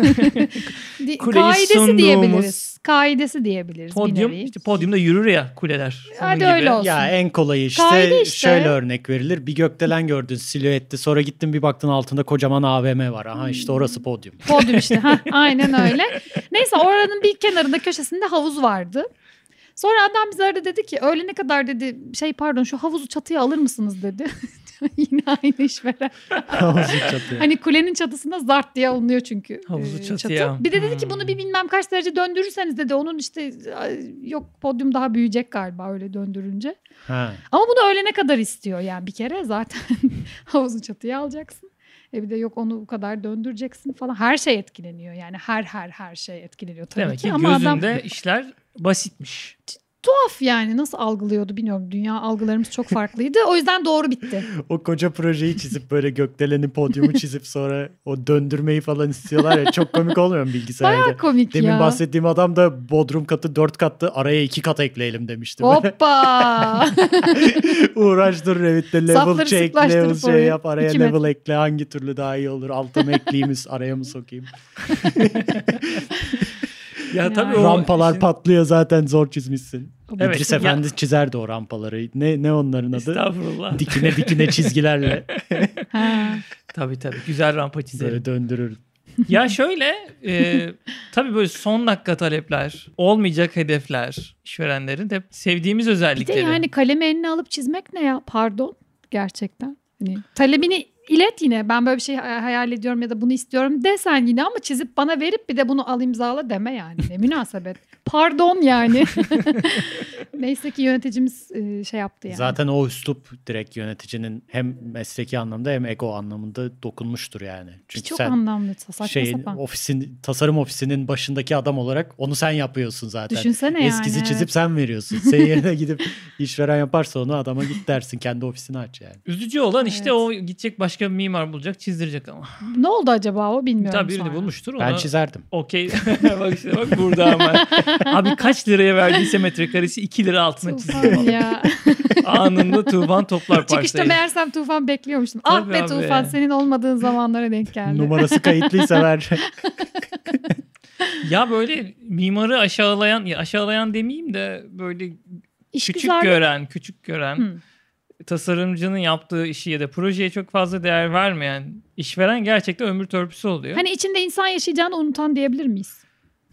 Di- Kuleyi kaidesi sunduğumuz diyebiliriz. Kaidesi diyebiliriz bir Podyum, nevi. işte podyumda yürür ya kuleler. Onun Hadi gibi. öyle olsun. Ya en kolayı işte, Kaide işte. şöyle örnek verilir. Bir gökdelen gördün silüette, sonra gittin bir baktın altında kocaman A V M var. Aha işte orası podyum. Podyum işte. Hah, aynen öyle. Neyse oranın bir kenarında köşesinde havuz vardı. Sonra adam bize aradı, dedi ki öğlene kadar dedi şey pardon şu havuzu çatıya alır mısınız dedi. Yine aynı işveren. Havuzun çatıya. Hani kulenin çatısında zart diye alınıyor çünkü. Havuzu e, çatıya. çatı. Bir de dedi ki Hmm. bunu bir bilmem kaç derece döndürürseniz dedi, onun işte ay, yok podyum daha büyüyecek galiba öyle döndürünce. Ha. Ama bunu öğlene kadar istiyor yani, bir kere zaten havuzu çatıya alacaksın. E bir de yok onu bu kadar döndüreceksin falan. Her şey etkileniyor yani, her her her şey etkileniyor tabii Demek ki. ki Ama gözünde adam işler basitmiş. tuhaf yani, nasıl algılıyordu bilmiyorum. Dünya algılarımız çok farklıydı. O yüzden doğru bitti. O koca projeyi çizip böyle gökdeleni, podyumu çizip sonra o döndürmeyi falan istiyorlar ya, çok komik olmuyor mu bilgisayarda? Bayağı komik Demin ya. bahsettiğim adam da bodrum katı dört kattı, araya iki kat ekleyelim demişti. Böyle Hoppa. uğraştır Revit'te level Safları çek, sıklaştırıp level şey oraya yap, araya iki level metre. ekle, hangi türlü daha iyi olur, alta mı ekleyeyim, araya mı sokayım? Ya Yani. tabii o Rampalar işin- patlıyor zaten, zor çizmişsin. Evet, İdris ya- Efendi çizerdi o rampaları. Ne ne onların adı? Estağfurullah. Dikine dikine çizgilerle Ha. Tabii tabii. Güzel rampa çizelim. böyle döndürür. Ya şöyle e, tabii böyle son dakika talepler, olmayacak hedefler işverenlerin hep sevdiğimiz Bir de özellikleri. yani kalemi eline alıp çizmek ne ya? Pardon gerçekten. Hani talebini ilet yine. Ben böyle bir şey hayal ediyorum ya da bunu istiyorum desen yine ama çizip bana verip bir de bunu al imzala deme yani. Ne münasebet. Pardon yani. Neyse ki yöneticimiz şey yaptı yani. Zaten o üslup direkt yöneticinin hem mesleki anlamda hem ego anlamında dokunmuştur yani. Çünkü çok sen anlamlı. Saçma şeyin, sapan. ofisin, tasarım ofisinin başındaki adam olarak onu sen yapıyorsun zaten. Düşünsene yani. Eskizi çizip sen veriyorsun. Senin yerine gidip işveren yaparsa onu adama git dersin. Kendi ofisini aç yani. Üzücü olan işte Evet. o gidecek başka bir mimar bulacak, çizdirecek ama. Ne oldu acaba o bilmiyorum Tabii birini sonra. bulmuştur. Ben ona çizerdim. Okey. Bak işte bak burada ama. Abi kaç liraya verdiyse metrekaresi iki lira altına çizdi. Tufan ya. Anında Tufan toplar Çıkışta parsayı. meğersem Tufan bekliyormuştum. Ah Tabii be abi. Tufan senin olmadığın zamanlara denk geldi. Numarası kayıtlıysa ver. Ya böyle mimarı aşağılayan, ya aşağılayan demeyeyim de böyle İş küçük güzel. gören, küçük gören, Hı. tasarımcının yaptığı işi ya da projeye çok fazla değer vermeyen işveren gerçekten ömür törpüsü oluyor. Hani içinde insan yaşayacağını unutan diyebilir miyiz?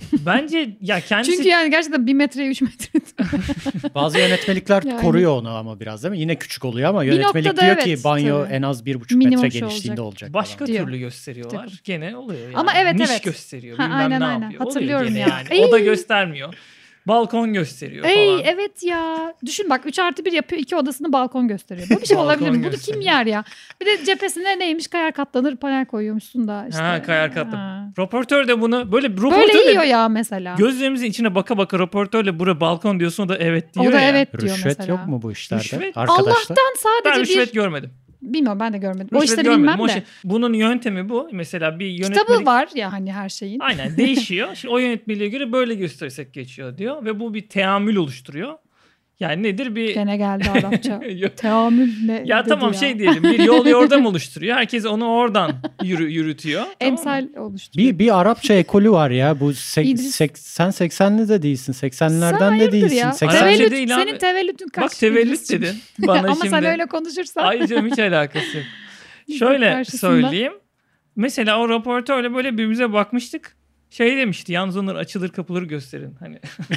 Bence ya kendisi... Çünkü yani gerçekten bir metreye üç metre. Bazı yönetmelikler Yani. koruyor onu ama biraz değil mi? Yine küçük oluyor ama Bir yönetmelik noktada diyor evet, ki banyo tabii. en az bir buçuk Minimum metre şu genişliğinde olacak. olacak. Başka falan. Diyor. türlü gösteriyorlar. Tabii. Gene oluyor yani. Ama evet, Niş evet. gösteriyor. Ha, Bilmem aynen, ne aynen. yapıyor. Oluyor Hatırlıyorum gene ya. yani. Ey! O da göstermiyor. Balkon gösteriyor Ey falan. evet ya. Düşün bak üç artı bir yapıyor iki odasını balkon gösteriyor. Böyle bir şey Balkon olabilir mi? Bunu kim gösteriyor. yer ya? Bir de cephesine neymiş kayar katlanır panel koyuyormuşsun da işte. Ha, kayar katlı. Ha. Raportör de bunu böyle Böyle raportörle yiyor ya mesela. gözlerimizin içine baka baka raportörle bura balkon diyorsun o da evet diyor O da ya. evet diyor Rüşvet mesela. yok mu bu işlerde? Rüşvet- Arkadaşlar. Allah'tan Ben sadece rüşvet bir... görmedim. Bilmiyorum ben de görmedim. o Rüşvet işleri görmedim. bilmem O de. şey- bunun yöntemi bu. Mesela bir yönetmelik... Kitabı var ya hani her şeyin. Aynen değişiyor. Şimdi o yönetmeliğe göre böyle gösterirsek geçiyor diyor. Ve bu bir teamül oluşturuyor. Yani nedir bir... Gene geldi Arapça. Yok. Teamül ne Ya dedi tamam ya. şey diyelim bir yol yordam oluşturuyor. Herkes onu oradan yürü, yürütüyor. Tamam mı? Emsal oluşturuyor. Bir, bir Arapça ekolü var ya. Bu sek, İdris. sek, sen seksenli de değilsin. seksenlerden Sen de hayırdır değilsin. ya. seksen Arapça Tevellüt, değil abi. senin tevellütün kaç? Bak tevellüt İdris'cim? dedin bana Ama şimdi. sen öyle konuşursan. Ay canım hiç alakası yok. Şöyle karşısında. söyleyeyim. Mesela o raportörle böyle birbirimize bakmıştık. Şey demişti yalnız onlar açılır kapıları gösterin. Hani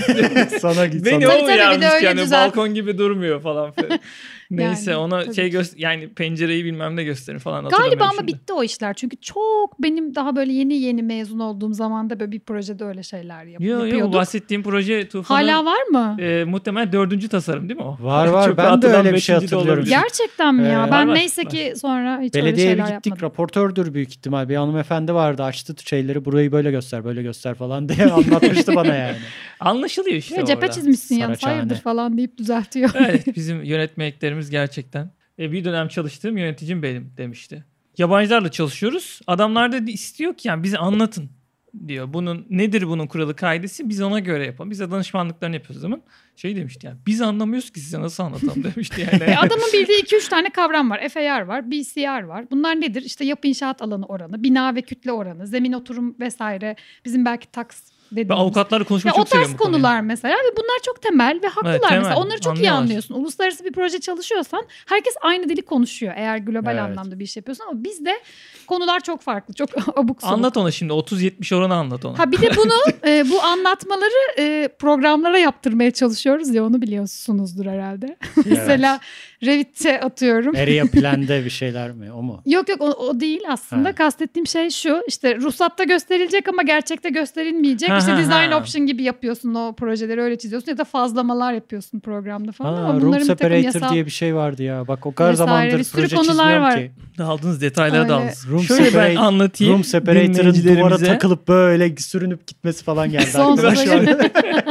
Sana git beni sana. Tabii, o tabii, bir de uyarmış öyle yani düzelt. balkon gibi durmuyor falan. filan. Neyse Yani, ona tabii şey ki. göster yani pencereyi bilmem ne gösterin falan Galiba hatırlamıyorum ama şimdi. bitti o işler. Çünkü çok benim daha böyle yeni yeni mezun olduğum zamanda böyle bir projede öyle şeyler yap- Yo yo yapıyorduk. bahsettiğim proje Tufan'ın Hala var mı? e, muhtemelen dördüncü tasarım değil mi o? Var var Çok ben de rahatılan öyle bir şey beşinci de hatırlıyorum. olabilir. Gerçekten mi ya? Ee, ben var, neyse var. ki sonra hiç öyle Belediyeye bir şeyler gittik. yapmadım. Raportördür büyük ihtimal. Bir hanımefendi vardı. Açtı şeyleri burayı böyle göster böyle göster falan diye anlatmıştı bana yani. Anlaşılıyor işte Ve cephe orada. çizmişsin yalnız Saraçhane. hayırdır falan deyip düzeltiyor. Evet bizim yönetmeliklerimiz gerçekten. E, bir dönem çalıştığım yöneticim benim demişti. Yabancılarla çalışıyoruz. Adamlar da istiyor ki yani bize anlatın diyor. Bunun nedir bunun kuralı kaidesi biz ona göre yapalım. Biz de danışmanlıklarını yapıyoruz o zaman. Şey demişti yani biz anlamıyoruz ki size nasıl anlatalım demişti yani. E, Adamın bildiği iki üç tane kavram var. F A R var, B C R var. Bunlar nedir? İşte yapı inşaat alanı oranı, bina ve kütle oranı, zemin oturum vesaire. Bizim belki taks Ben dediğimiz. avukatlarla Ya konuşmayı o çok tarz seviyorum. bu konuyu. konular mesela ve bunlar çok temel ve haklılar Evet, temel. mesela. Onları çok iyi Anlıyorlar. anlıyorsun. Uluslararası bir proje çalışıyorsan herkes aynı dili konuşuyor eğer global Evet. anlamda bir iş yapıyorsan ama bizde konular çok farklı. Çok abuk sabuk. Anlat ona şimdi otuz yetmiş oranı anlat ona. Ha bir de bunu e, bu anlatmaları e, programlara yaptırmaya çalışıyoruz ya onu biliyorsunuzdur herhalde. Mesela Revit'e atıyorum. Area Plan'de bir şeyler mi? O mu? Yok yok o, o değil aslında. Ha. Kastettiğim şey şu. İşte ruhsatta gösterilecek ama gerçekte gösterilmeyecek. Ha, işte ha, design ha. option gibi yapıyorsun o projeleri öyle çiziyorsun ya da fazlamalar yapıyorsun programda falan Ha, ama room bunların bir takım separator yasal diye bir şey vardı ya. Bak o kadar vesaire, zamandır bir sürü proje konular çizmiyorum var. ki. Daldınız detaylara Öyle. daldınız. Room Şöyle separate- ben anlatayım. Room separator'ın duvara dinleyicilerimize. takılıp böyle sürünüp gitmesi falan geldi. Sonsuza aklıma şu an.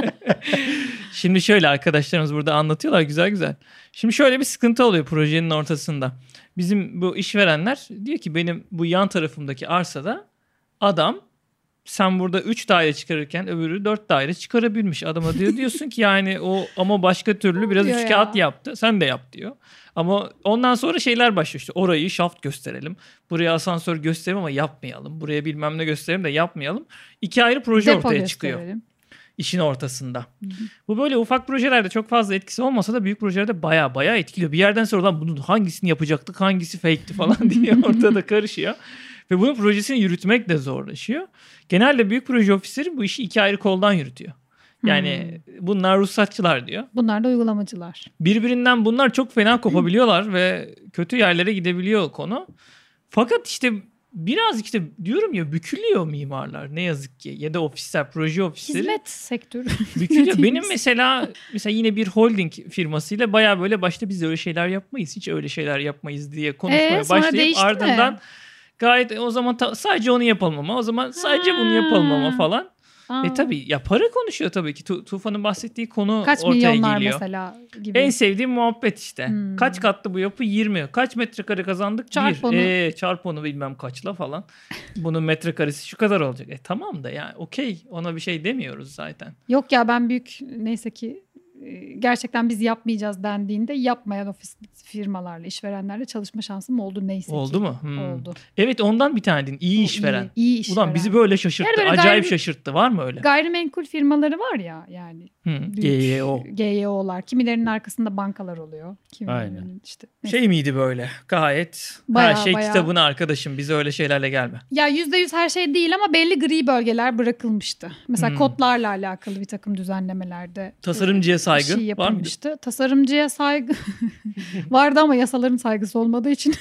Şimdi şöyle arkadaşlarımız burada anlatıyorlar güzel güzel. Şimdi şöyle bir sıkıntı oluyor projenin ortasında. Bizim bu işverenler diyor ki benim bu yan tarafımdaki arsada adam sen burada üç daire çıkarırken öbürü dört daire çıkarabilmiş. Adama diyor diyorsun ki yani o ama başka türlü biraz Oluyor üç ya. kağıt yaptı. Sen de yap diyor. Ama ondan sonra şeyler başlıyor işte orayı şaft gösterelim. Buraya asansör gösterelim ama yapmayalım. Buraya bilmem ne gösterelim de yapmayalım. İki ayrı proje depo ortaya çıkıyor. gösterelim. İşin ortasında. Bu böyle ufak projelerde çok fazla etkisi olmasa da büyük projelerde baya baya etkiliyor. Bir yerden sonra lan bunun hangisini yapacaktık, hangisi fake'ti falan diye ortada karışıyor. Ve bunun projesini yürütmek de zorlaşıyor. Genelde büyük proje ofisleri bu işi iki ayrı koldan yürütüyor. Yani bunlar ruhsatçılar diyor. Bunlar da uygulamacılar. Birbirinden bunlar çok fena kopabiliyorlar ve kötü yerlere gidebiliyor konu. Fakat işte birazcık işte diyorum ya bükülüyor mimarlar ne yazık ki. Ya da ofisler, proje ofisleri. Hizmet sektörü. Bükülüyor. Benim mesela mesela yine bir holding firmasıyla bayağı böyle başta biz öyle şeyler yapmayız. Hiç öyle şeyler yapmayız diye konuşmaya Ee, sonra başlayıp değişti ardından mi? gayet o zaman ta- sadece onu yapalım ama o zaman sadece bunu yapalım ama falan. Aa. E tabii ya para konuşuyor tabii ki. Tu- Tufan'ın bahsettiği konu Kaç ortaya milyonlar geliyor. mesela gibi. En sevdiğim muhabbet işte. Hmm. Kaç katlı bu yapı? yirmi. Kaç metrekare kazandık? Çarp bir. onu. Ee, çarp onu bilmem kaçla falan. Bunun metrekaresi şu kadar olacak. E tamam da yani okey ona bir şey demiyoruz zaten. Yok ya ben büyük neyse ki e, gerçekten biz yapmayacağız dendiğinde yapmayan ofis firmalarla, işverenlerle çalışma şansım oldu neyse Oldu ki. mu? Hmm. Oldu. Evet ondan bir tane din. İyi O işveren. iyi, iyi işveren. Ulan bizi böyle şaşırttı. Yani böyle Acayip gayri- şaşırttı. Var mı öyle? Gayrimenkul firmaları var ya yani. Hmm. Büyük G Y O. G Y O'lar. Kimilerinin arkasında bankalar oluyor. Kimilerinin Aynen. işte. neyse. Şey miydi böyle? Gayet Bayağı, her şey bayağı. kitabına arkadaşım. Bize öyle şeylerle gelme. Ya yüzde yüz her şey değil ama belli gri bölgeler bırakılmıştı. Mesela Hmm. kodlarla alakalı bir takım düzenlemelerde. Tasarımcıya e, saygı şey var mıydı? yapılmıştı. Tasarımcıya saygı vardı ama yasaların saygısı olmadığı için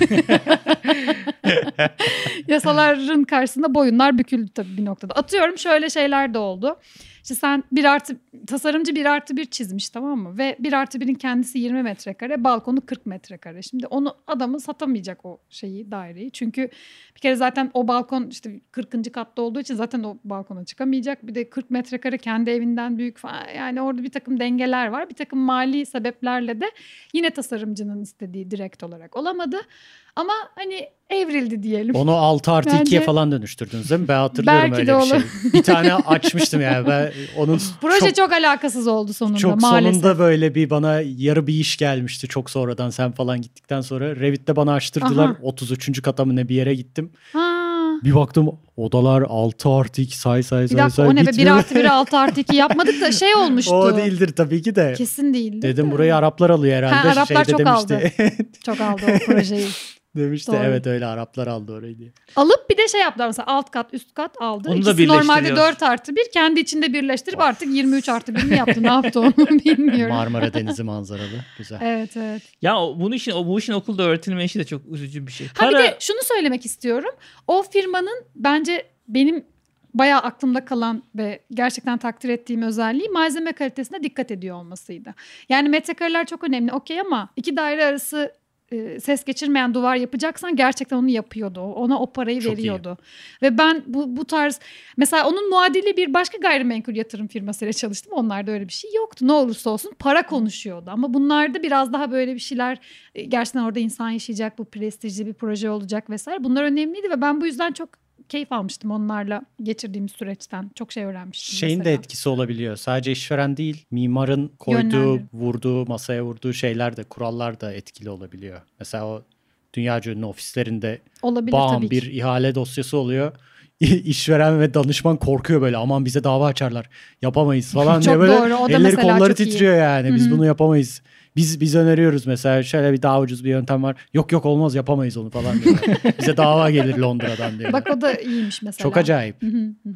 yasaların karşısında boyunlar büküldü tabii bir noktada. Atıyorum şöyle şeyler de oldu. İşte sen bir artı tasarımcı bir artı bir çizmiş tamam mı? Ve bir artı birin kendisi yirmi metrekare, balkonu kırk metrekare. Şimdi onu adamı satamayacak o şeyi, daireyi. Çünkü bir kere zaten o balkon işte kırkıncı katta olduğu için zaten o balkona çıkamayacak. Bir de kırk metrekare kendi evinden büyük falan. Yani orada bir takım dengeler var. Bir takım mali sebeplerle de yine tasarımcının istediği direkt olarak olamadı. Ama hani evrildi diyelim. Onu altı artı Bence- ikiye falan dönüştürdünüz değil mi? Ben hatırlıyorum Belki öyle de bir şey. olur. Bir tane açmıştım yani. Ben onun Proje çok, çok, alakasız oldu sonunda çok maalesef. sonunda böyle bir bana yarı bir iş gelmişti. Çok sonradan sen falan gittikten sonra. Revit'te bana açtırdılar. Aha. otuz üçüncü kata mı ne bir yere gittim. Ha. Bir baktım odalar altı artı iki say say Bir say dakika say. o ne be? bir bitmiyor. artı bir altı artı iki yapmadık da şey olmuştu. O değildir tabii ki de. Kesin değildi. Dedim de. burayı Araplar alıyor herhalde. Ha, Araplar Şeyde çok demişti. Çok aldı o projeyi. demişti Doğru. evet öyle Araplar aldı orayı diye. Alıp bir de şey yaptılar mesela alt kat üst kat aldı. Onu da İkisi normalde birleştiriyor. dört artı bir kendi içinde birleştirip artık yirmi üç artı bir mi yaptı ne yaptı onu bilmiyorum. Marmara Denizi manzaralı. Güzel. Evet evet. Ya o- bunun için o bu işin okulda öğretilmeyişi de çok üzücü bir şey. Ha bir Para- de şunu söylemek istiyorum. O firmanın bence benim bayağı aklımda kalan ve gerçekten takdir ettiğim özelliği malzeme kalitesine dikkat ediyor olmasıydı. Yani metrekareler çok önemli okey ama iki daire arası e, ses geçirmeyen duvar yapacaksan gerçekten onu yapıyordu. Ona o parayı Çok iyi. veriyordu. Ve ben bu, bu tarz mesela onun muadili bir başka gayrimenkul yatırım firmasıyla çalıştım. Onlarda öyle bir şey yoktu. Ne olursa olsun para konuşuyordu. Ama bunlarda biraz daha böyle bir şeyler e, gerçekten orada insan yaşayacak, bu prestijli bir proje olacak vesaire. Bunlar önemliydi ve ben bu yüzden çok keyif almıştım onlarla geçirdiğimiz süreçten. Çok şey öğrenmiştim Şeyin mesela. de etkisi olabiliyor. Sadece işveren değil, mimarın koyduğu, Yönlendir. vurduğu, masaya vurduğu şeyler de, kurallar da etkili olabiliyor. Mesela o dünyaca ünlü ofislerinde Olabilir bam tabii bir ki. ihale dosyası oluyor. İşveren ve danışman korkuyor böyle. Aman bize dava açarlar. Yapamayız falan diye Çok böyle. doğru. O da elleri mesela kolları çok iyi. titriyor yani. Biz Hı hı. bunu yapamayız. Biz biz öneriyoruz mesela şöyle bir daha ucuz bir yöntem var. Yok yok olmaz yapamayız onu falan diyor. Bize dava gelir Londra'dan diyor. Bak o da iyiymiş mesela. Çok acayip. Hı hı, hı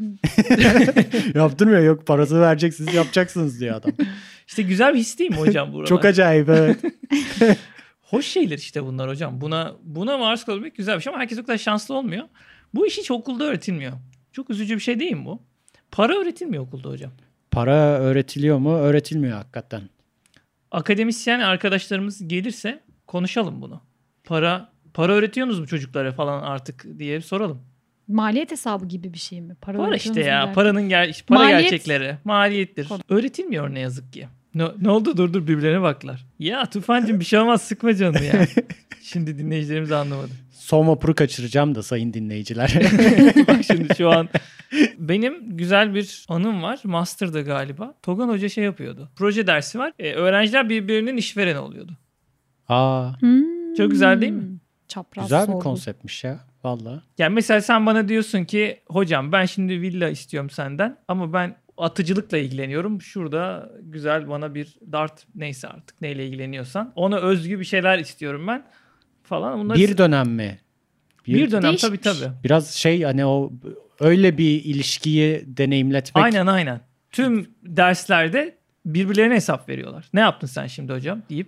hı. Yaptırmıyor. Yok parasını vereceksiniz yapacaksınız diyor adam. İşte güzel bir his değil mi hocam buralar? Çok acayip evet. Hoş şeyler işte bunlar hocam. Buna buna maruz kalabilmek güzel bir şey ama herkes o kadar şanslı olmuyor. Bu iş hiç okulda öğretilmiyor. Çok üzücü bir şey değil mi bu? Para öğretilmiyor okulda hocam. Para öğretiliyor mu? Öğretilmiyor hakikaten. Akademisyen arkadaşlarımız gelirse konuşalım bunu. Para para öğretiyorsunuz mu çocuklara falan artık diye soralım. Maliyet hesabı gibi bir şey mi? Para, Para işte öğretiyorsunuz ya. mu derken? Paranın ger- para Maliyet- gerçekleri. Maliyettir. Öğretilmiyor ne yazık ki. Ne, ne oldu? Dur dur birbirlerine baklar. Ya Tufancığım bir şey olmaz sıkma canını ya. Şimdi dinleyicilerimiz anlamadı. Son vapuru kaçıracağım da sayın dinleyiciler. Bak şimdi şu an benim güzel bir anım var. Master'da galiba. Togan Hoca şey yapıyordu. Proje dersi var. Ee, öğrenciler birbirinin işvereni oluyordu. Aa, Hmm. Çok güzel değil mi? Çapraz güzel bir sorgu. konseptmiş ya. Valla. Yani mesela sen bana diyorsun ki hocam ben şimdi villa istiyorum senden ama ben atıcılıkla ilgileniyorum. Şurada güzel bana bir dart neyse artık neyle ilgileniyorsan ona özgü bir şeyler istiyorum ben falan. Bunları Bir dönem mi? bir dönem Değişmiş. tabii tabii. Biraz şey hani o öyle bir ilişkiyi deneyimletmek. Aynen aynen. Tüm derslerde birbirlerine hesap veriyorlar. Ne yaptın sen şimdi hocam deyip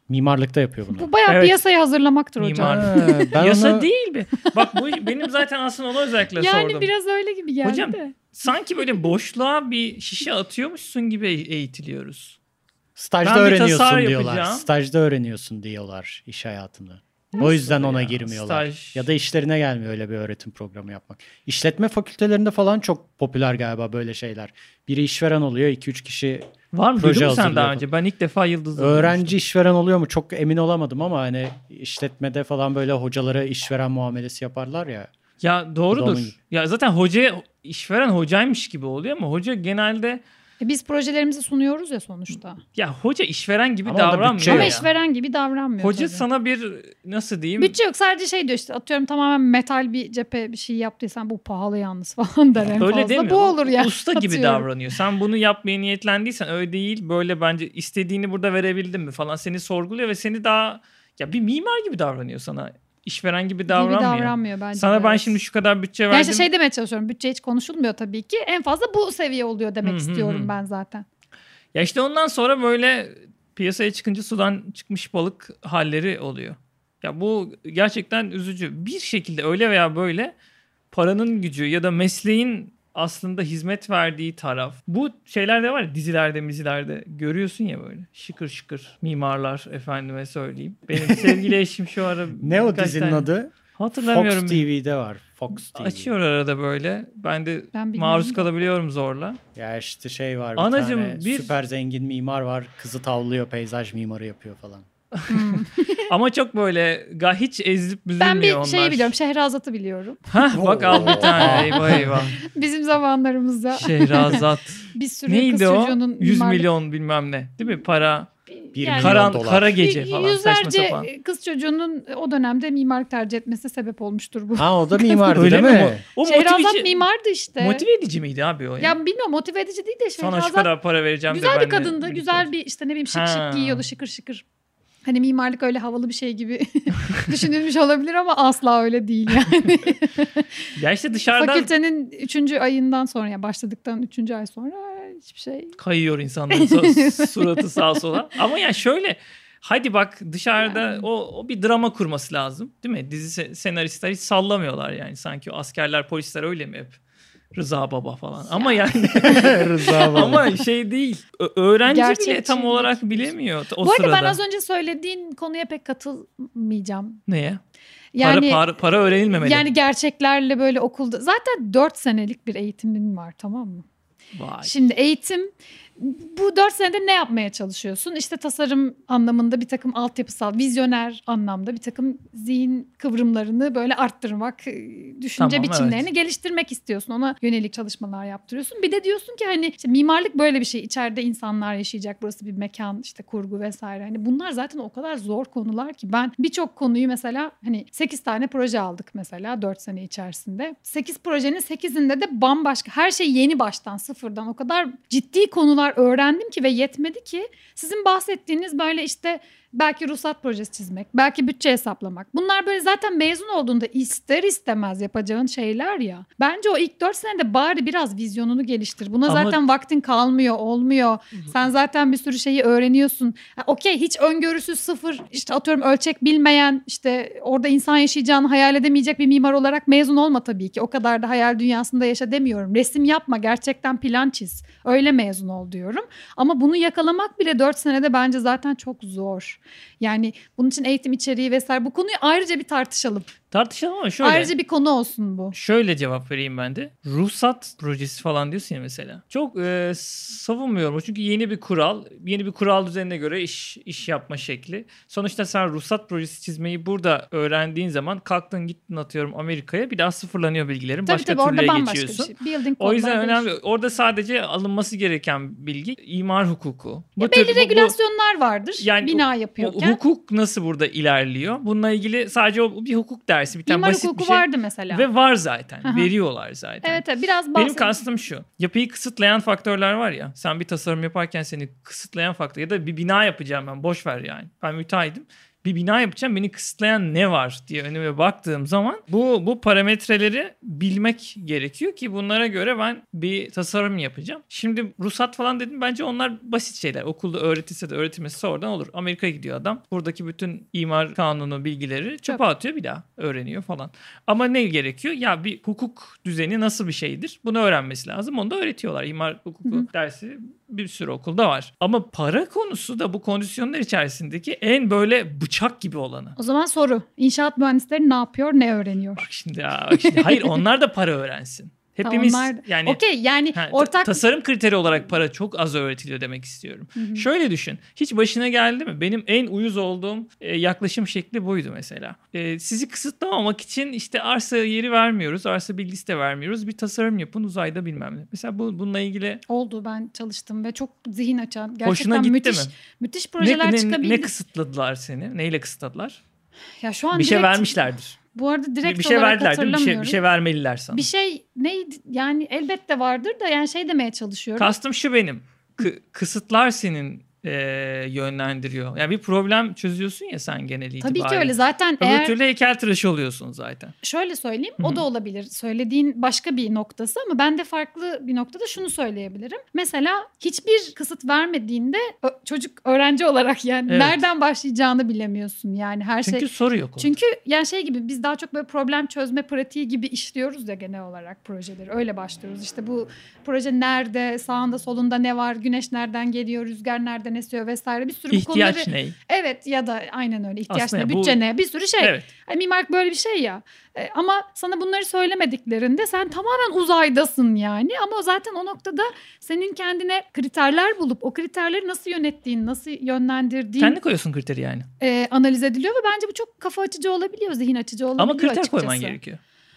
Mimarlıkta yapıyor bunu. Bu bayağı Evet. piyasayı hazırlamaktır hocam. Mimar. Ha, ben Yasa onu- değil mi? Bak bu benim zaten aslında onu özellikle Yani sordum. biraz öyle gibi geldi Hocam, de. Sanki böyle boşluğa bir şişe atıyormuşsun gibi eğitiliyoruz. Stajda Ben bir öğreniyorsun tasar diyorlar. yapacağım. Stajda öğreniyorsun diyorlar iş hayatını. Nasıl O yüzden ona ya? girmiyorlar. Staj. Ya da işlerine gelmiyor öyle bir öğretim programı yapmak. İşletme fakültelerinde falan çok popüler galiba böyle şeyler. Biri işveren oluyor, iki üç kişi Var mı? proje Duydun mu sen hazırlıyor. daha önce? Ben ilk defa Yıldız'da öğrenci duymuştum. işveren oluyor mu çok emin olamadım ama hani işletmede falan böyle hocalara işveren muamelesi yaparlar ya. Ya Bu da doğrudur. onun- Ya zaten hoca işveren hocaymış gibi oluyor ama hoca genelde E biz projelerimizi sunuyoruz ya sonuçta. ya hoca işveren gibi Ama onda davranmıyor bütçe ya. Ama yok. işveren gibi davranmıyor Hoca tabii. sana bir nasıl diyeyim? Bütçe yok, sadece şey diyor işte, atıyorum tamamen metal bir cephe bir şey yaptıysan bu pahalı yalnız falan der en Öyle fazla. demiyor. Bu olur ya. Usta gibi Atıyorum. davranıyor. Sen bunu yapmaya niyetlendiysen öyle değil. Böyle bence istediğini burada verebildin mi falan seni sorguluyor ve seni daha ya bir mimar gibi davranıyor sana. İşveren gibi Gibi davranmıyor. davranmıyor bence. Sana de, ben evet. şimdi şu kadar bütçe Yani verdim. işte şey demeye çalışıyorum. Bütçe hiç konuşulmuyor tabii ki. En fazla bu seviye oluyor demek Hı hı istiyorum hı. ben zaten. Ya işte ondan sonra böyle piyasaya çıkınca sudan çıkmış balık halleri oluyor. Ya bu gerçekten üzücü. Bir şekilde öyle veya böyle paranın gücü ya da mesleğin aslında hizmet verdiği taraf. Bu şeylerde var ya, dizilerde mizilerde görüyorsun ya böyle şıkır şıkır mimarlar, efendime söyleyeyim. Benim sevgili eşim şu ara Ne o birkaç dizinin tane- adı? Hatırlamıyorum. Fox T V'de var. Fox T V. Açıyor arada böyle. Ben de Ben bilmiyorum maruz da. kalabiliyorum zorla. Ya işte şey var bir Anacım, tane bir- süper zengin mimar var. Kızı tavlıyor, peyzaj mimarı yapıyor falan. Ama çok böyle ga hiç ezilip Ben büzülmüyor bir onlar. şeyi biliyorum. Şehrazat'ı biliyorum. Hah bak al bir tane eyvah eyvah. Bizim zamanlarımızda Şehrazat. bir sürü kız Neydi o? çocuğunun yüz mimarlık- milyon bilmem ne. Değil mi? Para. Bir Yani- milyon Karan, dolar. kara gece falan saçma Yüzlerce sapan. kız çocuğunun o dönemde mimarlık tercih etmesi sebep olmuştur bu. Ha o da mimardı Öyle değil mi? mi? O Şehrazat motive, mimardı işte. motive edici miydi abi o ya? Ya bilmiyorum, motive edici değil de Sana şu Şehrazat kadar para vereceğim de güzel ben bir de kadındı. birlikte Güzel olacağım. bir işte ne bileyim şık Ha. şık giyiyordu, şıkır şıkır. Hani mimarlık öyle havalı bir şey gibi düşünülmüş olabilir ama asla öyle değil yani. Ya işte dışarıdan Fakültenin üçüncü ayından sonra, ya başladıktan üçüncü ay sonra hiçbir şey. kayıyor insanların su- suratı sağa sola. Ama ya şöyle hadi bak dışarıda Yani. o, o bir drama kurması lazım. Değil mi? Dizi se- senaristler hiç sallamıyorlar yani. Sanki o askerler polisler öyle mi hep? Rıza Baba falan. Ama yani Rıza var. ama şey değil. Ö- öğrenci bile Gerçekçi tam bir- olarak bilemiyor o Bu arada sırada. ben az önce söylediğin konuya pek katılmayacağım. Neye? Yani para, para, para öğrenilmemeli. yani gerçeklerle böyle okulda zaten dört senelik bir eğitimin var, tamam mı? Vay. Şimdi eğitim, bu dört senede ne yapmaya çalışıyorsun? İşte tasarım anlamında bir takım altyapısal, vizyoner anlamda bir takım zihin kıvrımlarını böyle arttırmak, e, düşünce Tamam, biçimlerini evet. geliştirmek istiyorsun. Ona yönelik çalışmalar yaptırıyorsun. Bir de diyorsun ki hani işte mimarlık böyle bir şey. İçeride insanlar yaşayacak. Burası bir mekan, işte kurgu vesaire. Hani bunlar zaten o kadar zor konular ki ben birçok konuyu mesela hani sekiz tane proje aldık mesela dört sene içerisinde. sekiz projenin sekizinde de bambaşka, her şey yeni baştan, sıfırdan o kadar ciddi konular öğrendim ki ve yetmedi ki sizin bahsettiğiniz böyle işte belki ruhsat projesi çizmek, belki bütçe hesaplamak. Bunlar böyle zaten mezun olduğunda ister istemez yapacağın şeyler ya. Bence o ilk dört senede bari biraz vizyonunu geliştir. Buna Ama- zaten vaktin kalmıyor, olmuyor. Sen zaten bir sürü şeyi öğreniyorsun. Ha, okey, hiç öngörüsüz, sıfır, işte atıyorum ölçek bilmeyen, işte orada insan yaşayacağını hayal edemeyecek bir mimar olarak mezun olma tabii ki. O kadar da hayal dünyasında yaşa demiyorum. Resim yapma, gerçekten plan çiz. Öyle mezun ol diyorum. Ama bunu yakalamak bile dört senede bence zaten çok zor. Yani bunun için eğitim içeriği vesaire, bu konuyu ayrıca bir tartışalım. Tartışalım ama şöyle. Ayrıca bir konu olsun bu. Şöyle cevap vereyim ben de. Ruhsat projesi falan diyorsun ya mesela. Çok e, savunmuyorum. Çünkü yeni bir kural. Yeni bir kural düzenine göre iş iş yapma şekli. Sonuçta sen ruhsat projesi çizmeyi burada öğrendiğin zaman kalktın gittin atıyorum Amerika'ya, bir daha sıfırlanıyor bilgilerin. Tabii Başka tabii, orada türlüye bambaşka geçiyorsun. bir şey. Building O yüzden kodlar önemli. değişiyor. Orada sadece alınması gereken bilgi imar hukuku. Ya tür- belli bu- bu- regülasyonlar vardır Yani bina o yapıyorken. hukuk nasıl burada ilerliyor? Bununla ilgili sadece o bir hukuk dersi, bir tane İmar basit hukuku bir şey. vardı mesela. Ve var zaten. Aha. Veriyorlar zaten. Evet, evet, biraz Benim bahsedeyim. kastım şu. Yapıyı kısıtlayan faktörler var ya. Sen bir tasarım yaparken seni kısıtlayan faktör ya da bir bina yapacağım ben. Boş ver yani. Ben müteahhidim. bir bina yapacağım. Beni kısıtlayan ne var diye önüme baktığım zaman bu bu parametreleri bilmek gerekiyor ki bunlara göre ben bir tasarım yapacağım. Şimdi ruhsat falan dedim, bence onlar basit şeyler. Okulda öğretilse de öğretilmesi oradan olur. Amerika'ya gidiyor adam. Buradaki bütün imar kanunu bilgileri çöpe atıyor, bir daha öğreniyor falan. Ama ne gerekiyor? Ya bir hukuk düzeni nasıl bir şeydir? Bunu öğrenmesi lazım. Onu da öğretiyorlar. İmar hukuku Hı-hı. dersi bir sürü okulda var. Ama para konusu da bu kondisyonlar içerisindeki en böyle bıçak gibi olanı. O zaman soru. İnşaat mühendisleri ne yapıyor, ne öğreniyor? Bak şimdi ya. Bak şimdi. Hayır, onlar da para öğrensin. Hepimiz Onlar, yani okey yani ha, ortak tasarım kriteri olarak para çok az öğretiliyor demek istiyorum. Hı hı. Şöyle düşün. Hiç başına geldi mi? Benim en uyuz olduğum e, yaklaşım şekli buydu mesela. E, sizi kısıtlamamak için işte arsa yeri vermiyoruz. Arsa bilgisi de vermiyoruz. Bir tasarım yapın uzayda bilmem ne. Mesela bu bununla ilgili oldu, ben çalıştım ve çok zihin açan. Gerçekten hoşuna gitti müthiş, mi? Müthiş projeler ne, ne, çıkabildi. Ne kısıtladılar seni? Neyle kısıtladılar? Ya şu an bir direkt, şey vermişlerdir. Bu arada direkt bir şey olarak verdiler değil mi? Bir şey, hatırlamıyorum. bir şey vermeliler sana. Bir şey neydi? Yani elbette vardır da yani şey demeye çalışıyorum. Kastım şu benim. K- kısıtlar senin e, yönlendiriyor. Yani bir problem çözüyorsun ya sen genel itibariyle. Tabii ki öyle. Zaten öbür eğer türlü heykeltıraşı oluyorsun zaten. Şöyle söyleyeyim, Hı-hı. o da olabilir. Söylediğin başka bir noktası ama ben de farklı bir noktada şunu söyleyebilirim. Mesela hiçbir kısıt vermediğinde çocuk öğrenci olarak yani evet. nereden başlayacağını bilemiyorsun. Yani her Çünkü şey. Çünkü soru yok orada. Çünkü yani şey gibi biz daha çok böyle problem çözme pratiği gibi işliyoruz ya genel olarak projeleri. Öyle başlıyoruz. İşte bu proje nerede, sağında solunda ne var, güneş nereden geliyor, rüzgar nereden esiyor vesaire. Bir sürü İhtiyaç bu konuları. ne? Evet ya da aynen öyle. İhtiyaç Aslında ne, bu... bütçe ne, bir sürü şey. Evet. Yani mimarlık böyle bir şey ya. E, ama sana bunları söylemediklerinde sen tamamen uzaydasın yani. Ama zaten o noktada senin kendine kriterler bulup o kriterleri nasıl yönettiğin, nasıl yönlendirdiğin. Kendi koyuyorsun kriteri yani. E, analiz ediliyor ve bence bu çok kafa açıcı olabiliyor, zihin açıcı olabiliyor Ama kriter açıkçası. koyman gerekiyor.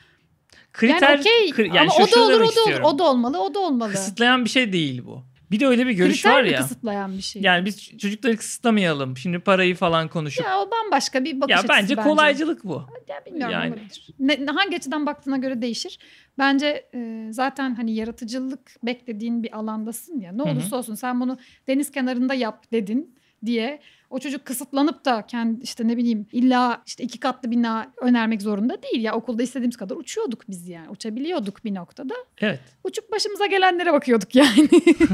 Kriter, yani okey kri, yani ama o da olur, o da istiyorum. olur, o da olmalı, o da olmalı. Kısıtlayan bir şey değil bu. Bir de öyle bir görüş kriter var mi ya. kısıtlayan bir şey? Yani biz çocukları kısıtlamayalım. Şimdi parayı falan konuşup. Ya o bambaşka bir bakış ya açısı bence. bence. Kolaycılık bu. Ya bilmiyorum yani. olabilir. Ne, hangi açıdan baktığına göre değişir. Bence e, zaten hani yaratıcılık beklediğin bir alandasın ya. Ne olursa Hı-hı. olsun sen bunu deniz kenarında yap dedin diye o çocuk kısıtlanıp da kendi işte ne bileyim illa işte iki katlı bina önermek zorunda değil ya. Okulda istediğimiz kadar uçuyorduk biz yani. Uçabiliyorduk bir noktada. Evet. Uçup başımıza gelenlere bakıyorduk yani.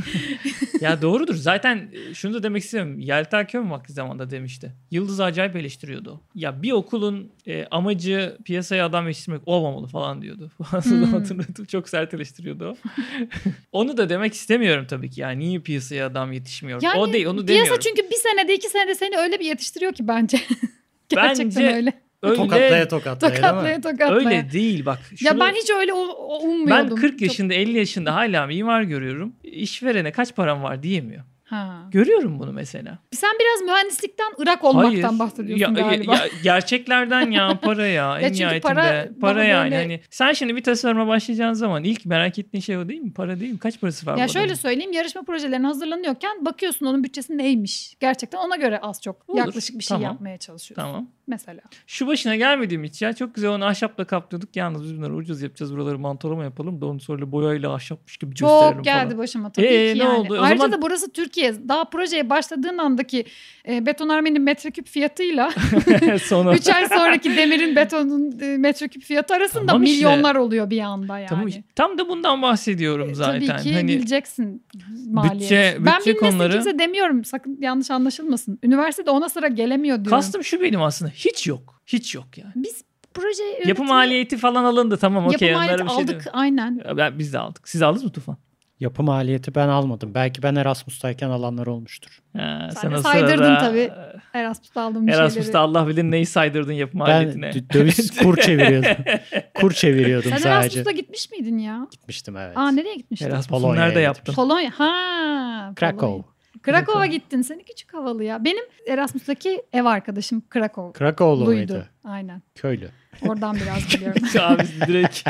Ya doğrudur. Zaten şunu da demek istiyorum. Yeltenköy vakti zamanda demişti. Yıldız acayip eleştiriyordu. Ya bir okulun e, amacı piyasaya adam yetiştirmek olmamalı falan diyordu. Hmm. Hatırladım. Çok sert eleştiriyordu o. Onu da demek istemiyorum tabii ki. Yani niye piyasaya adam yetişmiyor? Yani o değil, onu piyasa demiyorum. çünkü bir senede iki senede seni öyle bir yetiştiriyor ki bence. Gerçekten bence öyle. Öyle, tokatlaya tokatlaya, tokatlaya tokatlaya. Öyle değil bak. Şunu, ya ben hiç öyle ummuyordum. Ben kırk yaşında elli yaşında hala mimar görüyorum. İşverene kaç param var diyemiyor. Ha. Görüyorum bunu mesela. Sen biraz mühendislikten ırak olmaktan Hayır. bahsediyorsun ya, galiba. Ya, gerçeklerden ya para ya en ya nihayetinde. Para, para yani. böyle... Hani sen şimdi bir tasarıma başlayacağın zaman ilk merak ettiğin şey o değil mi? Para değil mi? Kaç parası var? Ya şöyle adamın? Söyleyeyim, yarışma projelerine hazırlanıyorken bakıyorsun onun bütçesi neymiş. Gerçekten ona göre az çok Olur. yaklaşık bir şey tamam. yapmaya çalışıyorsun. Tamam. Mesela. Şu başına gelmediğim hiç ya. Çok güzel onu ahşapla kaplıyorduk. Yalnız biz bunları ucuz yapacağız. Buraları mantolama yapalım da onu sonra boyayla ahşapmış gibi çok gösterelim falan. Çok geldi başıma tabii ee, ki ne yani. oldu? O Ayrıca zaman... da burası Türkiye. Daha projeye başladığın andaki e, betonarmenin metreküp fiyatıyla Sonra... üç ay sonraki demirin betonun e, metreküp fiyatı arasında tamam işte. Milyonlar oluyor bir anda yani. Tamam, tam da bundan bahsediyorum zaten. Tabii ki hani... bileceksin maliyeti. Bütçe, bütçe ben bilmesin konuları... kimse demiyorum. Sakın yanlış anlaşılmasın. Üniversitede ona sıra gelemiyor diyorum. Kastım şu benim aslında. Hiç yok. Hiç yok yani. Biz proje yönetimi... Yapı maliyeti falan alındı tamam okey. Yapı maliyeti bir şey aldık aynen. Ben, biz de aldık. Siz aldınız mı Tufan? Yapı maliyeti ben almadım. Belki ben Erasmus'tayken alanlar olmuştur. Ha, sen, sen de saydırdın sırada... tabii. Erasmus'ta aldığım bir Erasmus'ta şeyleri. Allah bilir neyi saydırdın yapı maliyetine. Ben döviz kur çeviriyordum. kur çeviriyordum sen sadece. Sen Erasmus'ta gitmiş miydin ya? Gitmiştim evet. Aa nereye gitmiştin? Erasmus'u nerede yaptın? Polonya. Ha. Krakow. Krakow'a gittin. Seni küçük havalı ya. Benim Erasmus'taki ev arkadaşım Krakow. Krakowlu muydu? Aynen. Köylü. Oradan biraz biliyorum. Abi direkt.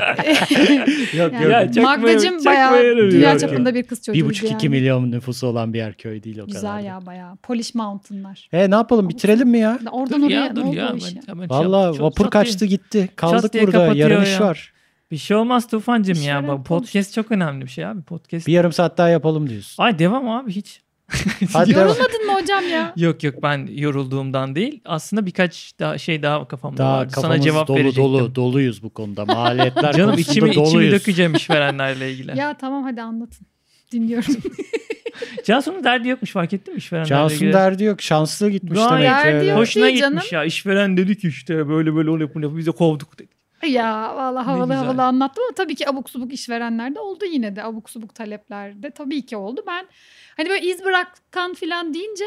yok yani, yok. Ya, Magdacığım bayağı dünya çapında bir kız çocuğuydu. Bir buçuk yani. iki milyon nüfusu olan bir yer, köy değil o Güzel kadar. Güzel ya bayağı. Polish Mountain'lar. E ne yapalım bitirelim mi ya? Oradan dur oraya ya, dur ne oldu ya, o iş ya? ben, Valla vapur kaçtı gitti. Kaldık burada. Yarın iş var. Bir şey olmaz Tufancığım İş ya. Podcast konuş. Çok önemli bir şey abi. Podcast. Bir yarım saat daha yapalım diyorsun. Ay devam abi hiç. Hadi devam. Yorulmadın mı hocam ya? Yok yok, ben yorulduğumdan değil. Aslında birkaç daha şey daha kafamda Daha vardı. Sana kafamız cevap dolu verecektim. dolu doluyuz bu konuda. Maliyetler Canım konusunda içimi, içimi doluyuz. dökeceğim işverenlerle ilgili. Ya tamam hadi anlatın. Dinliyorum. Cansu'nun derdi yokmuş, fark ettin mi işverenlerle Cansu'nun ilgili? derdi yok. Şanslı gitmiş Gayet demek ki. derdi öyle. yok. Hoşuna değil gitmiş canım. ya. İşveren dedi ki işte böyle böyle onu yapın, bize kovduk dedi. Ya vallahi havalı güzel. havalı anlattım ama tabii ki abuk subuk işverenler de oldu yine de. Abuk subuk talepler de tabii ki oldu. Ben hani böyle iz bırakan falan deyince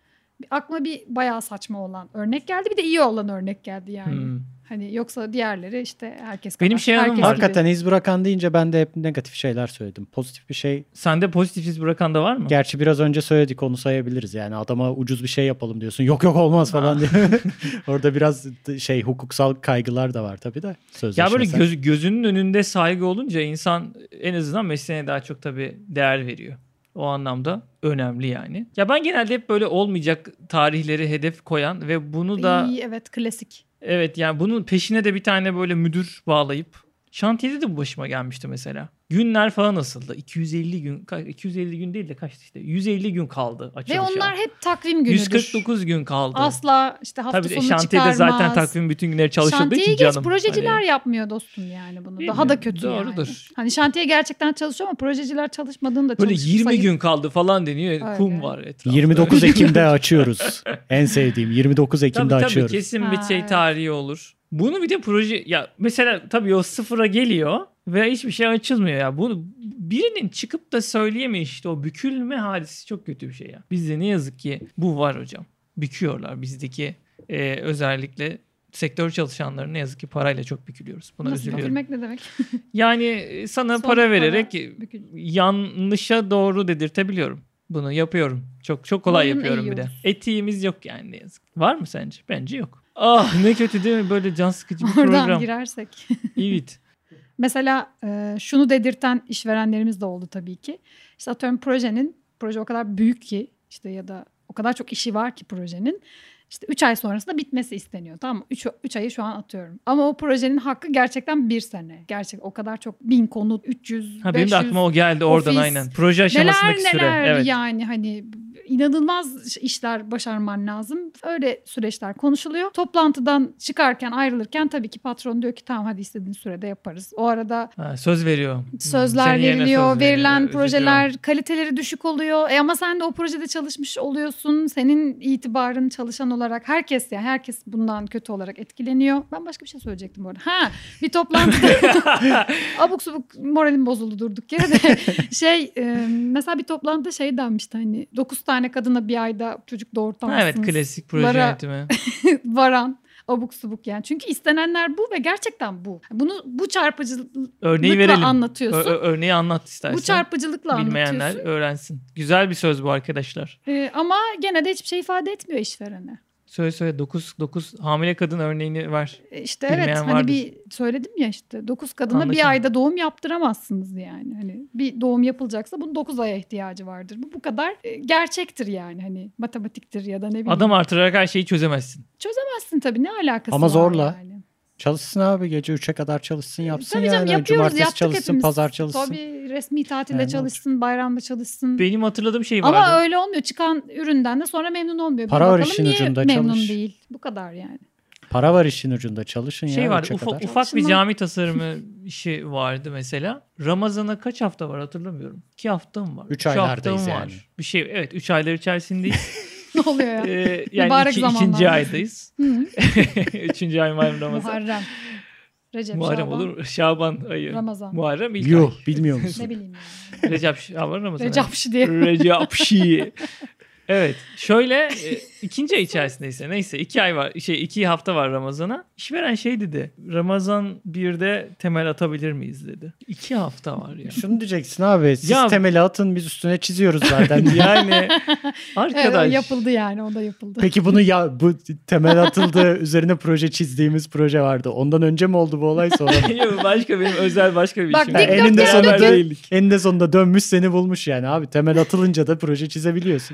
aklıma bir bayağı saçma olan örnek geldi. Bir de iyi olan örnek geldi yani. Hmm. Hani yoksa diğerleri işte herkes kadar. Benim şey anım herkes var. gibi. Hakikaten iz bırakan deyince ben de hep negatif şeyler söyledim. Pozitif bir şey. Sende pozitif iz bırakan da var mı? Gerçi biraz önce söyledik, onu sayabiliriz. Yani adama ucuz bir şey yapalım diyorsun. Yok yok olmaz falan diye. Orada biraz şey hukuksal kaygılar da var tabii de. Ya böyle Sözleşmesel. göz, gözünün önünde saygı olunca insan en azından mesleğine daha çok tabii değer veriyor. O anlamda önemli yani. Ya ben genelde hep böyle olmayacak tarihleri hedef koyan ve bunu da İyi, evet klasik. evet yani bunun peşine de bir tane böyle müdür bağlayıp, şantiyede de bu başıma gelmişti mesela. Günler falan asıldı. iki yüz elli gün, iki yüz elli gün değil de kaçtı işte. yüz elli gün kaldı açılışa. Ve onlar hep takvim günüdür. yüz kırk dokuz gün kaldı. Asla işte hafta Tabii sonu şantiyede çıkarmaz. zaten takvim bütün günleri çalışıldığı Şantiyeyi için geç canım. projeciler Hani- yapmıyor dostum yani bunu. Bilmiyorum, Daha da kötü doğrudur. yani. Hani şantiye gerçekten çalışıyor ama projeciler çalışmadığını da Böyle çalışıp yirmi sayıp- gün kaldı falan deniyor. Öyle. Kum var etrafta. yirmi dokuz Ekim'de açıyoruz. En sevdiğim yirmi dokuz Ekim'de Tabii tabii açıyoruz. kesin bir Ha, şey evet. tarihi olur. Bunu bir de proje ya mesela tabii o sıfıra geliyor ve hiçbir şey açılmıyor ya. Bunu birinin çıkıp da söyleyemiyor işte, o bükülme hadisi çok kötü bir şey ya. Bizde ne yazık ki bu var hocam. Büküyorlar bizdeki e, özellikle sektör çalışanları ne yazık ki parayla çok bükülüyoruz. Buna Nasıl üzülüyorum. bükülmek ne demek? Yani e, sana Son para para vererek bükül- yanlışa doğru dedirtebiliyorum. Bunu yapıyorum. Çok çok kolay Boyun yapıyorum bir de. eğiyoruz. Etiğimiz yok yani ne yazık. Var mı sence? Bence yok. Ah ne kötü değil mi? Böyle can sıkıcı bir Oradan program. girersek. Evet. Mesela e, şunu dedirten işverenlerimiz de oldu tabii ki. İşte atıyorum projenin, proje o kadar büyük ki işte ya da o kadar çok işi var ki projenin. İşte üç ay sonrasında bitmesi isteniyor. Tamam mı? üç ayı şu an atıyorum. Ama o projenin hakkı gerçekten bir sene. Gerçek o kadar çok bin konut, üç yüz, Ha, beş yüz. benim de aklıma o geldi oradan ofis. aynen. Proje Neler aşamasındaki süre. neler Evet. yani hani inanılmaz işler başarman lazım. Öyle süreçler konuşuluyor. Toplantıdan çıkarken ayrılırken tabii ki patron diyor ki tamam hadi istediğin sürede yaparız. O arada Ha, söz veriyor. sözler Senin yerine veriliyor, söz verilen veriyor. projeler Üzülüyorum. kaliteleri düşük oluyor. E ama sen de o projede çalışmış oluyorsun. Senin itibarın çalışan olarak herkes ya herkes bundan kötü olarak etkileniyor. Ben başka bir şey söyleyecektim bu arada. Ha bir toplantıda abuk subuk moralim bozuldu durduk yere de şey e, mesela bir toplantıda şey denmişti hani dokuz tane kadına bir ayda çocuk Ha, doğurtamazsınız. evet klasik proje Lara- yönetimi. Varan abuk subuk yani. Çünkü istenenler bu ve gerçekten bu. Bunu bu çarpıcılıkla Örneği verelim. anlatıyorsun. Ö- ö- örneği anlat istersen. Bu çarpıcılıkla Bilmeyenler anlatıyorsun. öğrensin. Güzel bir söz bu arkadaşlar. Ee, ama gene de hiçbir şey ifade etmiyor işverene. Söyle söyle dokuz dokuz hamile kadın örneğini ver. Ee, İşte Bilmeyen evet hani vardır. bir söyledim ya işte dokuz kadına Anlaşıldı. bir ayda doğum yaptıramazsınız yani. Hani bir doğum yapılacaksa bunun dokuz aya ihtiyacı vardır. Bu bu kadar e, gerçektir yani hani matematiktir ya da ne bileyim. Adam artırarak her şeyi çözemezsin. Çözemezsin tabii ne alakası Ama var zorla. yani. Çalışsın abi, gece üçe kadar çalışsın yapsın Tabii canım yani. yapıyoruz Cumartesi yaptık çalışsın, hepimiz. pazar çalışsın. Tabii resmi tatilde Yani çalışsın, bayramda çalışsın. Benim hatırladığım şey vardı. Ama öyle olmuyor. Çıkan üründen de sonra memnun olmuyor. Bir Para var bakalım işin niye ucunda, memnun çalış. değil. Bu kadar yani. Para var işin ucunda, çalışın Şey ya var üçe ufak, kadar. ufak bir Çalışma. cami tasarımı işi vardı mesela. Ramazan'a kaç hafta var hatırlamıyorum. İki hafta mı var? Üç hafta aylardayız mı yani. var? Bir şey evet üç aylar içerisindeyiz. Ne oluyor ya? ee, yani Mübarek iki, zamanlar. ikinci aydayız. Hı. Üçüncü ay Muharrem Ramazan. Muharrem. Recep, Muharrem Şaban, olur. Şaban ayı. Ramazan. Muharrem ilk Yuh, ay. bilmiyor musun? Ne bileyim yani. Recep Şaban Ramazan. Recapşi diye. Recapşi. Evet. Şöyle e, ikinci ay içerisindeyse neyse iki ay var şey iki hafta var Ramazan'a. İşveren şey dedi. Ramazan birde temel atabilir miyiz dedi. İki hafta var ya. Şunu diyeceksin abi, siz Ya- temeli atın, biz üstüne çiziyoruz zaten. Yani Evet, o arkadaş. yapıldı yani. O da yapıldı. Peki bunu ya bu temel atıldı, üzerine proje çizdiğimiz proje vardı. Ondan önce mi oldu bu olay, sonra mı? Yok, başka benim özel başka bir Bak, işim. dik- var. dikdörtgen eninde Beraber sonunda değildik. eninde sonunda dönmüş seni bulmuş yani abi. Temel atılınca da proje çizebiliyorsun.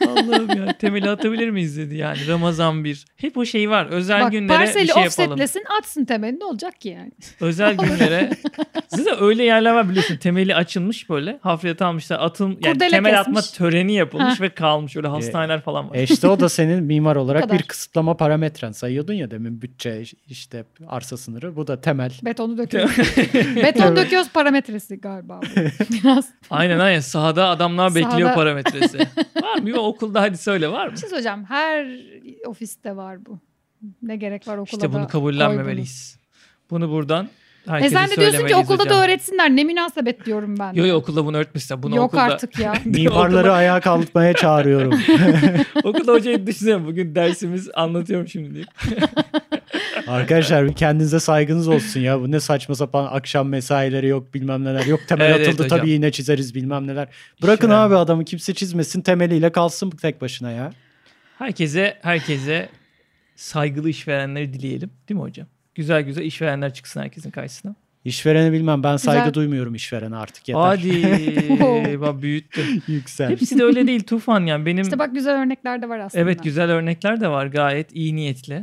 Allah'ım ya. Temeli atabilir miyiz dedi yani. Ramazan bir. Hep o şey var. Özel Bak günlere bir parseli şey yapalım. offsetlesin atsın temeli ne olacak ki yani? Özel günlere. Zaten öyle yerler var biliyorsun. Temeli açılmış böyle. Hafriyat almışlar. Atın, yani Kurdele temel kesmiş. atma töreni yapılmış Ha. ve kalmış. Öyle hastaneler falan var. E işte o da senin mimar olarak kadar. bir kısıtlama parametren sayıyordun ya demin, bütçe işte arsa sınırı, bu da temel. Betonu döküyoruz. Beton döküyoruz parametresi galiba bu. Biraz. Aynen aynen. Sahada adamlar bekliyor Sahada- parametresi. Var mı? Bir okulda hadi söyle var mı? Bir şey söyleyeceğim. Her ofiste var bu. Ne gerek var okula İşte da bunu kabullenmemeliyiz. Bunu buradan koy herkese bunu. E sen de diyorsun ki söylemeliyiz okulda hocam. da öğretsinler. Ne münasebet diyorum ben. de. Yok yok okulda bunu öğretmişler. Bunu Yok okulda, artık ya. Mimarları ayağa kalkmaya çağırıyorum. Okulda hocayı düşünsene. Bugün dersimiz anlatıyorum şimdi diye. Arkadaşlar bir kendinize saygınız olsun ya. Bu ne saçma sapan akşam mesaileri yok bilmem neler. Yok temel Evet, evet atıldı hocam. tabii yine çizeriz bilmem neler. Bırakın İşveren. abi adamı, kimse çizmesin, temeliyle kalsın tek başına ya. Herkese herkese saygılı işverenleri dileyelim. Değil mi hocam? Güzel güzel işverenler çıksın herkesin karşısına. İşvereni bilmem, ben saygı Güzel. duymuyorum işverene artık, yeter. Hadi. Bak büyüttü. Yüksel. Hepsi de öyle değil Tufan yani. Benim İşte bak güzel örnekler de var aslında. evet güzel örnekler de var gayet iyi niyetli.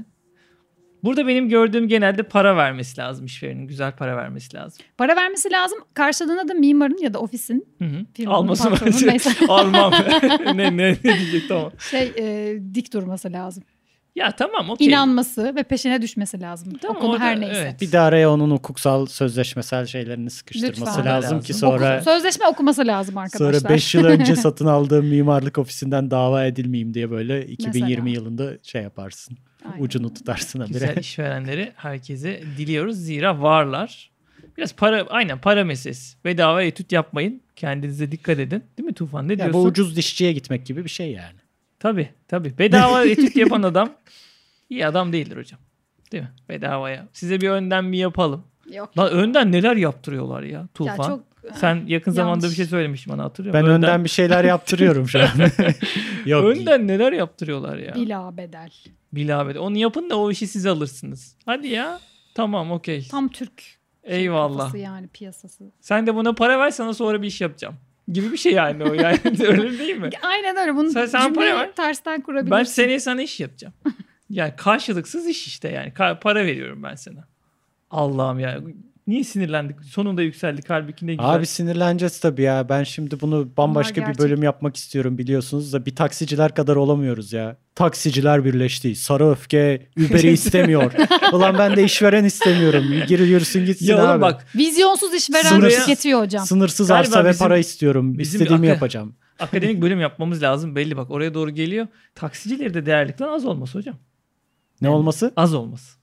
Burada benim gördüğüm genelde para vermesi lazım işverenin. Güzel para vermesi lazım. Para vermesi lazım. Karşılığında da mimarın ya da ofisin Hı hı. firmanın, Alması patronun lazım. neyse. Almam. ne, ne, ne diyecek tamam. şey e, dik durması lazım. Ya tamam okey. İnanması ve peşine düşmesi lazım. Tamam, o konu orada- her neyse. evet. Bir de araya onun hukuksal sözleşmesel şeylerini sıkıştırması Lütfen. lazım Lazım. ki sonra Oku- sözleşme okuması lazım arkadaşlar. sonra beş yıl önce satın aldığım mimarlık ofisinden dava edilmeyeyim diye böyle iki bin yirmi Mesela. yılında şey yaparsın. Aynen. Ucunu tutarsın habire. Güzel işverenleri herkese diliyoruz. Zira varlar. Biraz para, aynen para meselesi. Bedava etüt yapmayın. Kendinize dikkat edin. Değil mi Tufan? Ne Ya diyorsun? bu ucuz dişçiye gitmek gibi bir şey yani. Tabii tabii. Bedava etüt yapan adam iyi adam değildir hocam. Değil mi? Bedavaya. Size bir önden bir yapalım. Yok. Lan önden neler yaptırıyorlar ya Tufan. Ya çok Sen yakın zamanda yanlış. bir şey söylemiştin bana, hatırlıyor Ben musun? önden bir şeyler yaptırıyorum şu an. Yok. Önden neler yaptırıyorlar ya. bila bedel. Bilabede. Onu yapın da o işi siz alırsınız. Hadi ya. Tamam okey. Tam Türk Eyvallah. kafası yani piyasası. Sen de buna para ver, sana sonra bir iş yapacağım. Gibi bir şey yani o yani. Öyle değil mi? Aynen öyle. Bunu Sen- sen cümleyi para ver. tersten kurabilirsin. Ben seneye sana iş yapacağım. Yani karşılıksız iş işte yani. Ka- para veriyorum ben sana. Allah'ım ya. Niye sinirlendik? Sonunda yükseldik. Halbuki ne güzel. Abi sinirleneceğiz tabii ya. Ben şimdi bunu bambaşka Bunlar bir bölüm yapmak istiyorum biliyorsunuz da bir taksiciler kadar olamıyoruz ya. Taksiciler birleşti. Sarı öfke Uber'i istemiyor. Ulan ben de işveren istemiyorum. Gir yürüsün gitsin ya abi. oğlum bak, Vizyonsuz işveren Sınırsız- tüketiyor hocam. Sınırsız Galiba arsa ve bizim- para istiyorum. bizim İstediğimi akı- yapacağım. akademik bölüm yapmamız lazım belli, bak oraya doğru geliyor. Taksicileri de değerlikten az olması hocam. Ne olması? Az olması.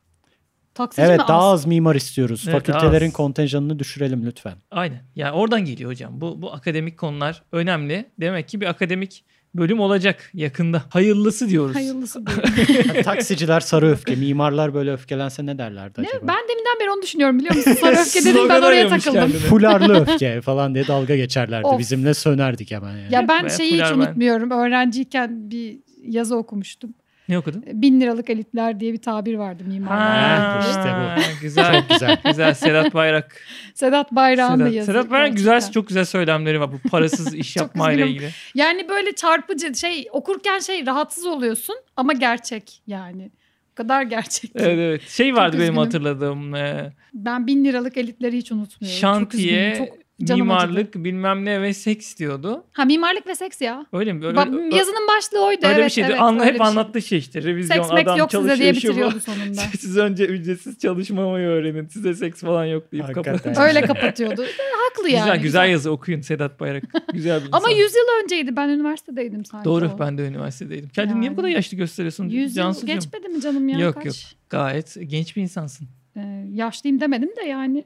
Taksici Evet, mi daha az? az mimar istiyoruz. Evet, Fakültelerin daha az. kontenjanını düşürelim lütfen. Aynen. Yani oradan geliyor hocam. Bu bu akademik konular önemli. Demek ki bir akademik bölüm olacak yakında. Hayırlısı diyoruz. Hayırlısı değil. Yani taksiciler sarı öfke. Mimarlar böyle öfkelense ne derlerdi Ne? acaba? Ben deminden beri onu düşünüyorum biliyor musun? Sarı öfke dedim ben Slogan oraya arıyormuş takıldım. kendine. Fularlı öfke falan diye dalga geçerlerdi. Of. Bizimle sönerdik hemen yani. Ya ben Be, şeyi hiç fular ben. unutmuyorum. Öğrenciyken bir yazı okumuştum. Ne okudun? Bin liralık elitler diye bir tabir vardı mimarlar. Ha, işte bu. Güzel. Çok güzel. Güzel. Sedat Bayrak. Sedat Bayrak'ın da Sedat, yazı. Sedat Bayrak güzel, gerçekten. çok güzel söylemleri var bu parasız iş Çok yapmayla üzgünüm. ilgili. Yani böyle çarpıcı şey okurken şey rahatsız oluyorsun ama gerçek yani. O kadar gerçek. ki. Evet evet. Şey vardı benim üzgünüm. hatırladığım. E, Ben bin liralık elitleri hiç unutmuyorum. şantiye, Çok üzgünüm. Çok canım acıdı. mimarlık bilmem ne ve seks diyordu. Ha mimarlık ve seks ya. Öyle mi? Öyle, Ba- ö- yazının başlığı oydu. öyle evet, bir şeydi. evet, Anla, öyle hep bir şey. anlattığı şey işte. Revizyon, Seks meks adam yok size çalışıyor. diye şu bu. bitiriyordu sonunda. Siz önce ücretsiz çalışmamayı öğrenin. Size seks falan yok deyip Hakikaten. kapatıyor. Öyle kapatıyordu. E, Haklı yani. Güzel, güzel yazı okuyun Sedat Bayrak. Güzel bir insan. Ama yüz yıl önceydi. Ben üniversitedeydim sanki. Doğru, o. ben de üniversitedeydim. Kendini niye bu Yani. kadar yaşlı gösteriyorsun yüz yıl Cansucuğum? geçmedi mi canım ya? Yok Kaç? yok. Gayet genç bir insansın. Ee, yaşlıyım demedim de yani.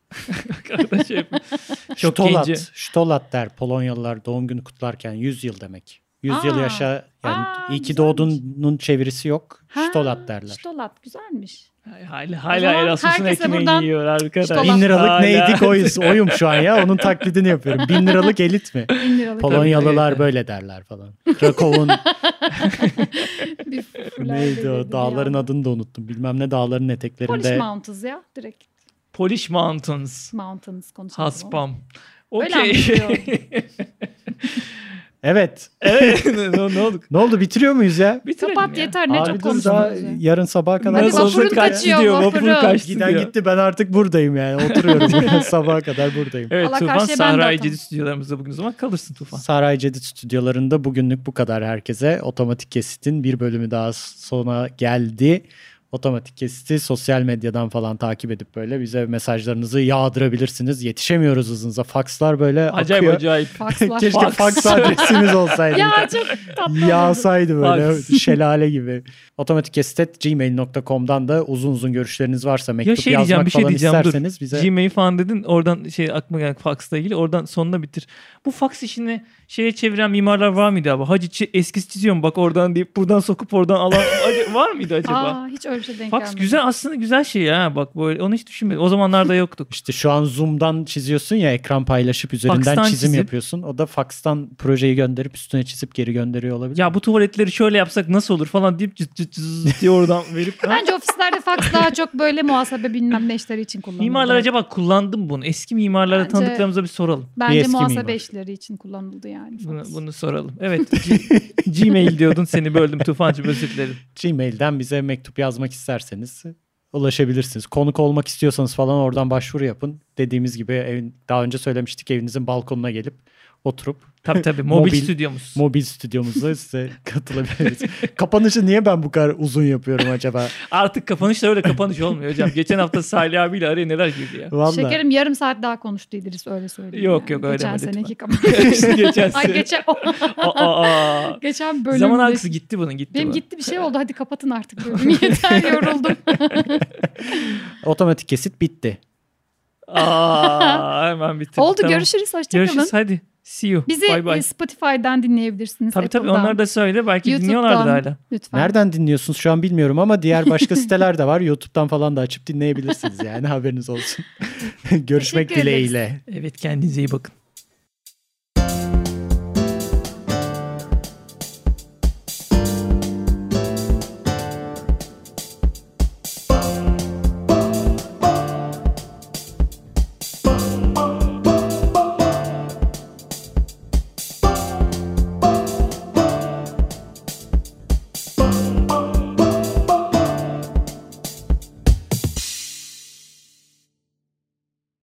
Arada şey yapayım. Çok Ştolat, genci. Ştolat der Polonyalılar doğum günü kutlarken yüz yıl demek. yüz yıl Aa, yaşa yani aa, iyi ki güzelmiş. doğdunun çevirisi yok. Ha, Ştolat derler. Ştolat güzelmiş. Hala, O hala zaman Erasmus'un herkese ekmeğini buradan yiyor arkadaş. Ştolat. Bin liralık Hala. neydik oyuz, oyum şu an ya. Onun taklidini yapıyorum. Bin liralık elit mi? Bin liralık Polonyalılar evet. böyle derler falan. Krakow'un bir fular neydi belirdi o bir dağların anda. adını da unuttum. Bilmem ne dağların Polish eteklerinde. Mountains ya. Direkt Polish Mountains. Mountains konuşalım. Haspam. Öyle Okey. anlatıyor. Evet. Evet. ne, ne oldu? Ne oldu, bitiriyor muyuz ya? Bitirelim Kapat ya. yeter ne Abi çok dur, konuştunuz daha ya. yarın sabaha kadar. Hadi Nasıl olsa vapurun kaçtı kaçıyor, diyor. vapurun. Vapurun kaçtı Giden diyor. gitti, ben artık buradayım yani. Oturuyorum sabaha kadar buradayım. Evet Allah Tufan karşıya ben de Sahra-i atamam. Cedid stüdyolarımızda bugün o zaman kalırsın Tufan. Saray Cedid stüdyolarında bugünlük bu kadar herkese. Otomatik Kesit'in bir bölümü daha sona geldi. Otomatik Kesit'i sosyal medyadan falan takip edip böyle bize mesajlarınızı yağdırabilirsiniz. Yetişemiyoruz hızınıza. Fakslar böyle Acayip akıyor. acayip. Fakslar. Keşke Faks. faks adresimiz olsaydı. Ya çok tatlı olurdu. Yağsaydı böyle Faks. şelale gibi. otomatikkesit at gmail nokta com'dan da uzun uzun görüşleriniz varsa, mektup Ya şey diyeceğim, yazmak bir şey falan diyeceğim, dur. isterseniz bize. Gmail falan dedin, oradan şey aklıma geldi faksla ilgili, oradan sonuna bitir. Bu faks işini şeye çeviren mimarlar var mıydı abi? Hacı çi- eskisi çiziyorum bak oradan deyip buradan sokup oradan alan Acı- var mıydı acaba? Aa, hiç öyle bir şey denk Faks gelmedi. güzel, aslında güzel şey ya, bak böyle onu hiç düşünmedim. O zamanlarda yoktuk. İşte şu an Zoom'dan çiziyorsun ya, ekran paylaşıp üzerinden Fakstan çizim çizip- yapıyorsun. O da fakstan projeyi gönderip üstüne çizip geri gönderiyor olabilir. Ya bu tuvaletleri şöyle yapsak nasıl olur falan deyip cıt cıt cıt diye oradan verip. Bence ofislerde faks daha çok böyle muhasebe bilmem ne işleri için kullanılıyor. Mimarlar acaba kullandı mı bunu? Eski mimarlara Bence- tanıdıklarımıza bir soralım. Bir Bence eski muhasebe mimar. işleri için kullanıldı yani. Bunu, faks. bunu soralım. Evet. G- Gmail diyordun, seni böldüm Tufancığım, özür dilerim. Gmail'den bize mektup yazmak isterseniz ulaşabilirsiniz. Konuk olmak istiyorsanız falan oradan başvuru yapın. Dediğimiz gibi evin, daha önce söylemiştik, evinizin balkonuna gelip oturup Tabii tabii, mobil, Mobil- stüdyomuz. mobil stüdyomuzda size katılabiliriz. Kapanışı niye ben bu kadar uzun yapıyorum acaba? Artık kapanış da öyle kapanış olmuyor hocam. Geçen hafta Salih abiyle araya neler girdi ya. Vallahi. Şekerim yarım saat daha konuştu İdris, öyle söyleyeyim. Yok, yani. yok, öyle Geçen deme lütfen. seneki kapanış. Geçen Ay sene. geçen, Aa, aa. geçen bölüm. Zaman aksı gitti bunun, gitti Benim bu. gitti bir şey oldu, hadi kapatın artık bölümü. Yeter, yoruldum. Otomatik kesit bitti. Aa, hemen bitti. Oldu, Tamam. görüşürüz, hoşçakalın. Görüşürüz, hadi. See you. Bizi bye bye. e, Spotify'dan dinleyebilirsiniz. Tabii tabii, Apple'dan, onları da söyle. Belki YouTube'dan. dinliyorlardır hala. Lütfen. Nereden dinliyorsunuz şu an bilmiyorum ama diğer başka siteler de var. YouTube'dan falan da açıp dinleyebilirsiniz yani, haberiniz olsun. Görüşmek Teşekkür ederiz. dileğiyle. Evet, kendinize iyi bakın.